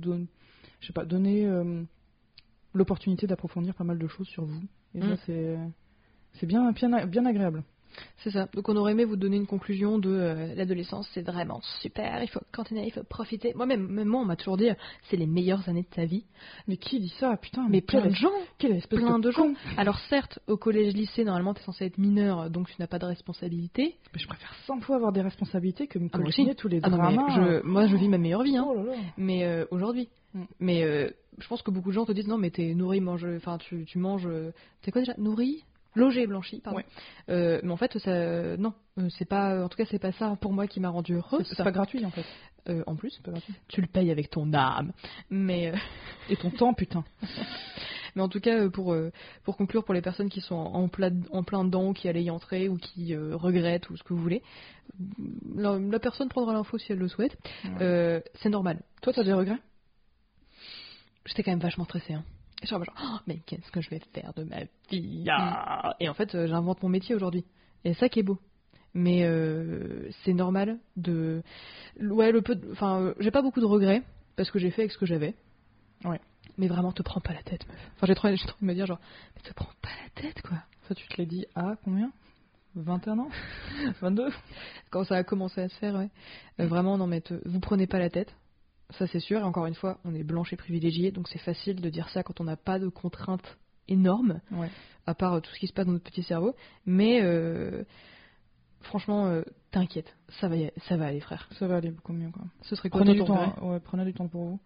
donner l'opportunité d'approfondir pas mal de choses sur vous. Et ça, c'est bien agréable. C'est ça. Donc on aurait aimé vous donner une conclusion de l'adolescence, c'est vraiment super, il faut continuer, il faut profiter. Même moi, on m'a toujours dit, c'est les meilleures années de ta vie. Mais qui dit ça, putain? Mais plein de gens. Quelle espèce plein de gens. Con. Alors certes, au collège-lycée, normalement, t'es censé être mineur, donc tu n'as pas de responsabilité. Mais je préfère 100 fois avoir des responsabilités que me collectionner tous les dramas. Moi, je vis ma meilleure vie. Hein. Oh là là. Mais aujourd'hui. Mais je pense que beaucoup de gens te disent, non, mais t'es nourri, tu manges... T'es quoi déjà? Nourri, logé, blanchi, pardon. Mais en fait, ça, non, c'est pas, en tout cas, c'est pas ça pour moi qui m'a rendu heureuse. C'est pas gratuit en fait. En plus, c'est pas gratuit. Tu le payes avec ton âme, mais et ton temps, putain. Mais en tout cas, pour conclure, pour les personnes qui sont en plein dedans, qui allaient y entrer ou qui regrettent ou ce que vous voulez, la personne prendra l'info si elle le souhaite. C'est normal. Toi, t'as des regrets? J'étais quand même vachement stressée. Hein. Et je suis genre, oh, mais qu'est-ce que je vais faire de ma vie? Et en fait, j'invente mon métier aujourd'hui. Et ça qui est beau. Mais c'est normal de... Ouais, j'ai pas beaucoup de regrets, parce que j'ai fait avec ce que j'avais. Ouais. Mais vraiment, te prends pas la tête, meuf. Enfin, j'ai trop envie de me dire, genre, mais te prends pas la tête, quoi. Ça, tu te l'as dit à combien? 21 ans 22? Quand ça a commencé à se faire, ouais. Vraiment, non, mais vous prenez pas la tête. Ça, c'est sûr. Et encore une fois, on est blanche et privilégiée, donc c'est facile de dire ça quand on n'a pas de contraintes énormes, ouais. À part tout ce qui se passe dans notre petit cerveau. Mais franchement, t'inquiète, ça va aller, frère. Ça va aller beaucoup mieux, quoi. Ce serait quoi prenez du temps, prenez du temps pour vous.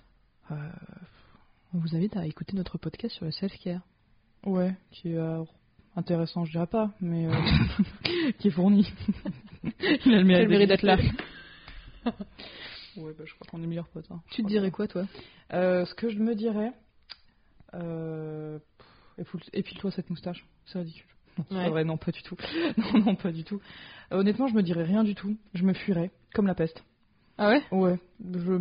On vous invite à écouter notre podcast sur le self-care. Ouais, qui est intéressant, je dirais pas, mais qui est fourni. Il a le mérite d'être là. Ouais, je crois qu'on est meilleurs potes. Hein. Tu te dirais quoi, toi? Ce que je me dirais... Épile-toi cette moustache, c'est ridicule. Non, c'est pas vrai, non, pas du tout. Non, pas du tout. Honnêtement, je me dirais rien du tout. Je me fuirais, comme la peste. Ah ouais? Ouais, je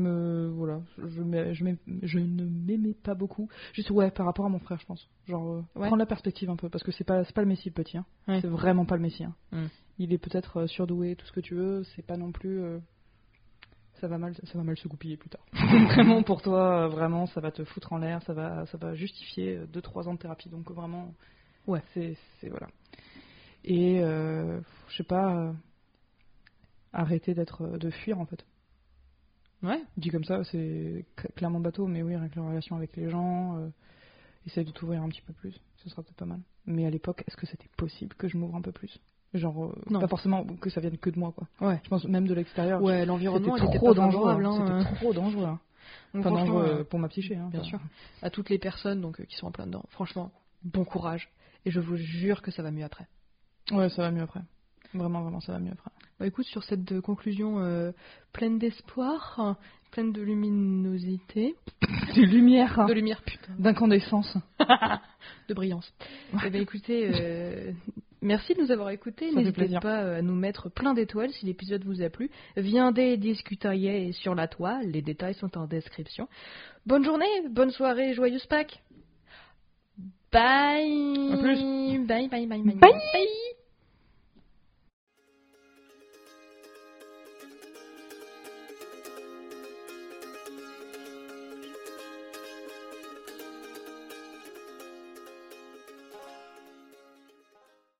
ne m'aimais pas beaucoup. Juste, ouais, par rapport à mon frère, je pense. Genre, prendre la perspective un peu, parce que c'est pas le messie, le petit. Hein. Ouais. C'est vraiment pas le messie. Hein. Il est peut-être surdoué, tout ce que tu veux, c'est pas non plus... Ça va mal se goupiller plus tard. Vraiment, pour toi, vraiment, ça va te foutre en l'air, ça va justifier 2-3 ans de thérapie. Donc, vraiment, ouais, c'est voilà. Et, je sais pas, arrêter de fuir, en fait. Ouais. Dit comme ça, c'est clairement bateau, mais oui, avec la relation avec les gens, essaye de t'ouvrir un petit peu plus, ce sera peut-être pas mal. Mais à l'époque, est-ce que c'était possible que je m'ouvre un peu plus? Genre, pas forcément que ça vienne que de moi, quoi. Ouais. Je pense même de l'extérieur. Ouais, l'environnement, c'était trop dangereux. C'était trop dangereux. Hein. Enfin, dangereux pour ma psyché. Hein, bien sûr. À toutes les personnes donc, qui sont en plein dedans, franchement, bon courage. Et je vous jure que ça va mieux après. Ouais, ça va mieux après. Vraiment, ça va mieux après. Bah écoute, sur cette conclusion pleine d'espoir, pleine de luminosité. De lumière. De lumière, putain. D'incandescence. De brillance. Ouais. Et bah écoutez... Merci de nous avoir écoutés. N'hésitez pas à nous mettre plein d'étoiles si l'épisode vous a plu. Viendez discuter sur la toile. Les détails sont en description. Bonne journée, bonne soirée, joyeuse Pâques. Bye. À plus. Bye.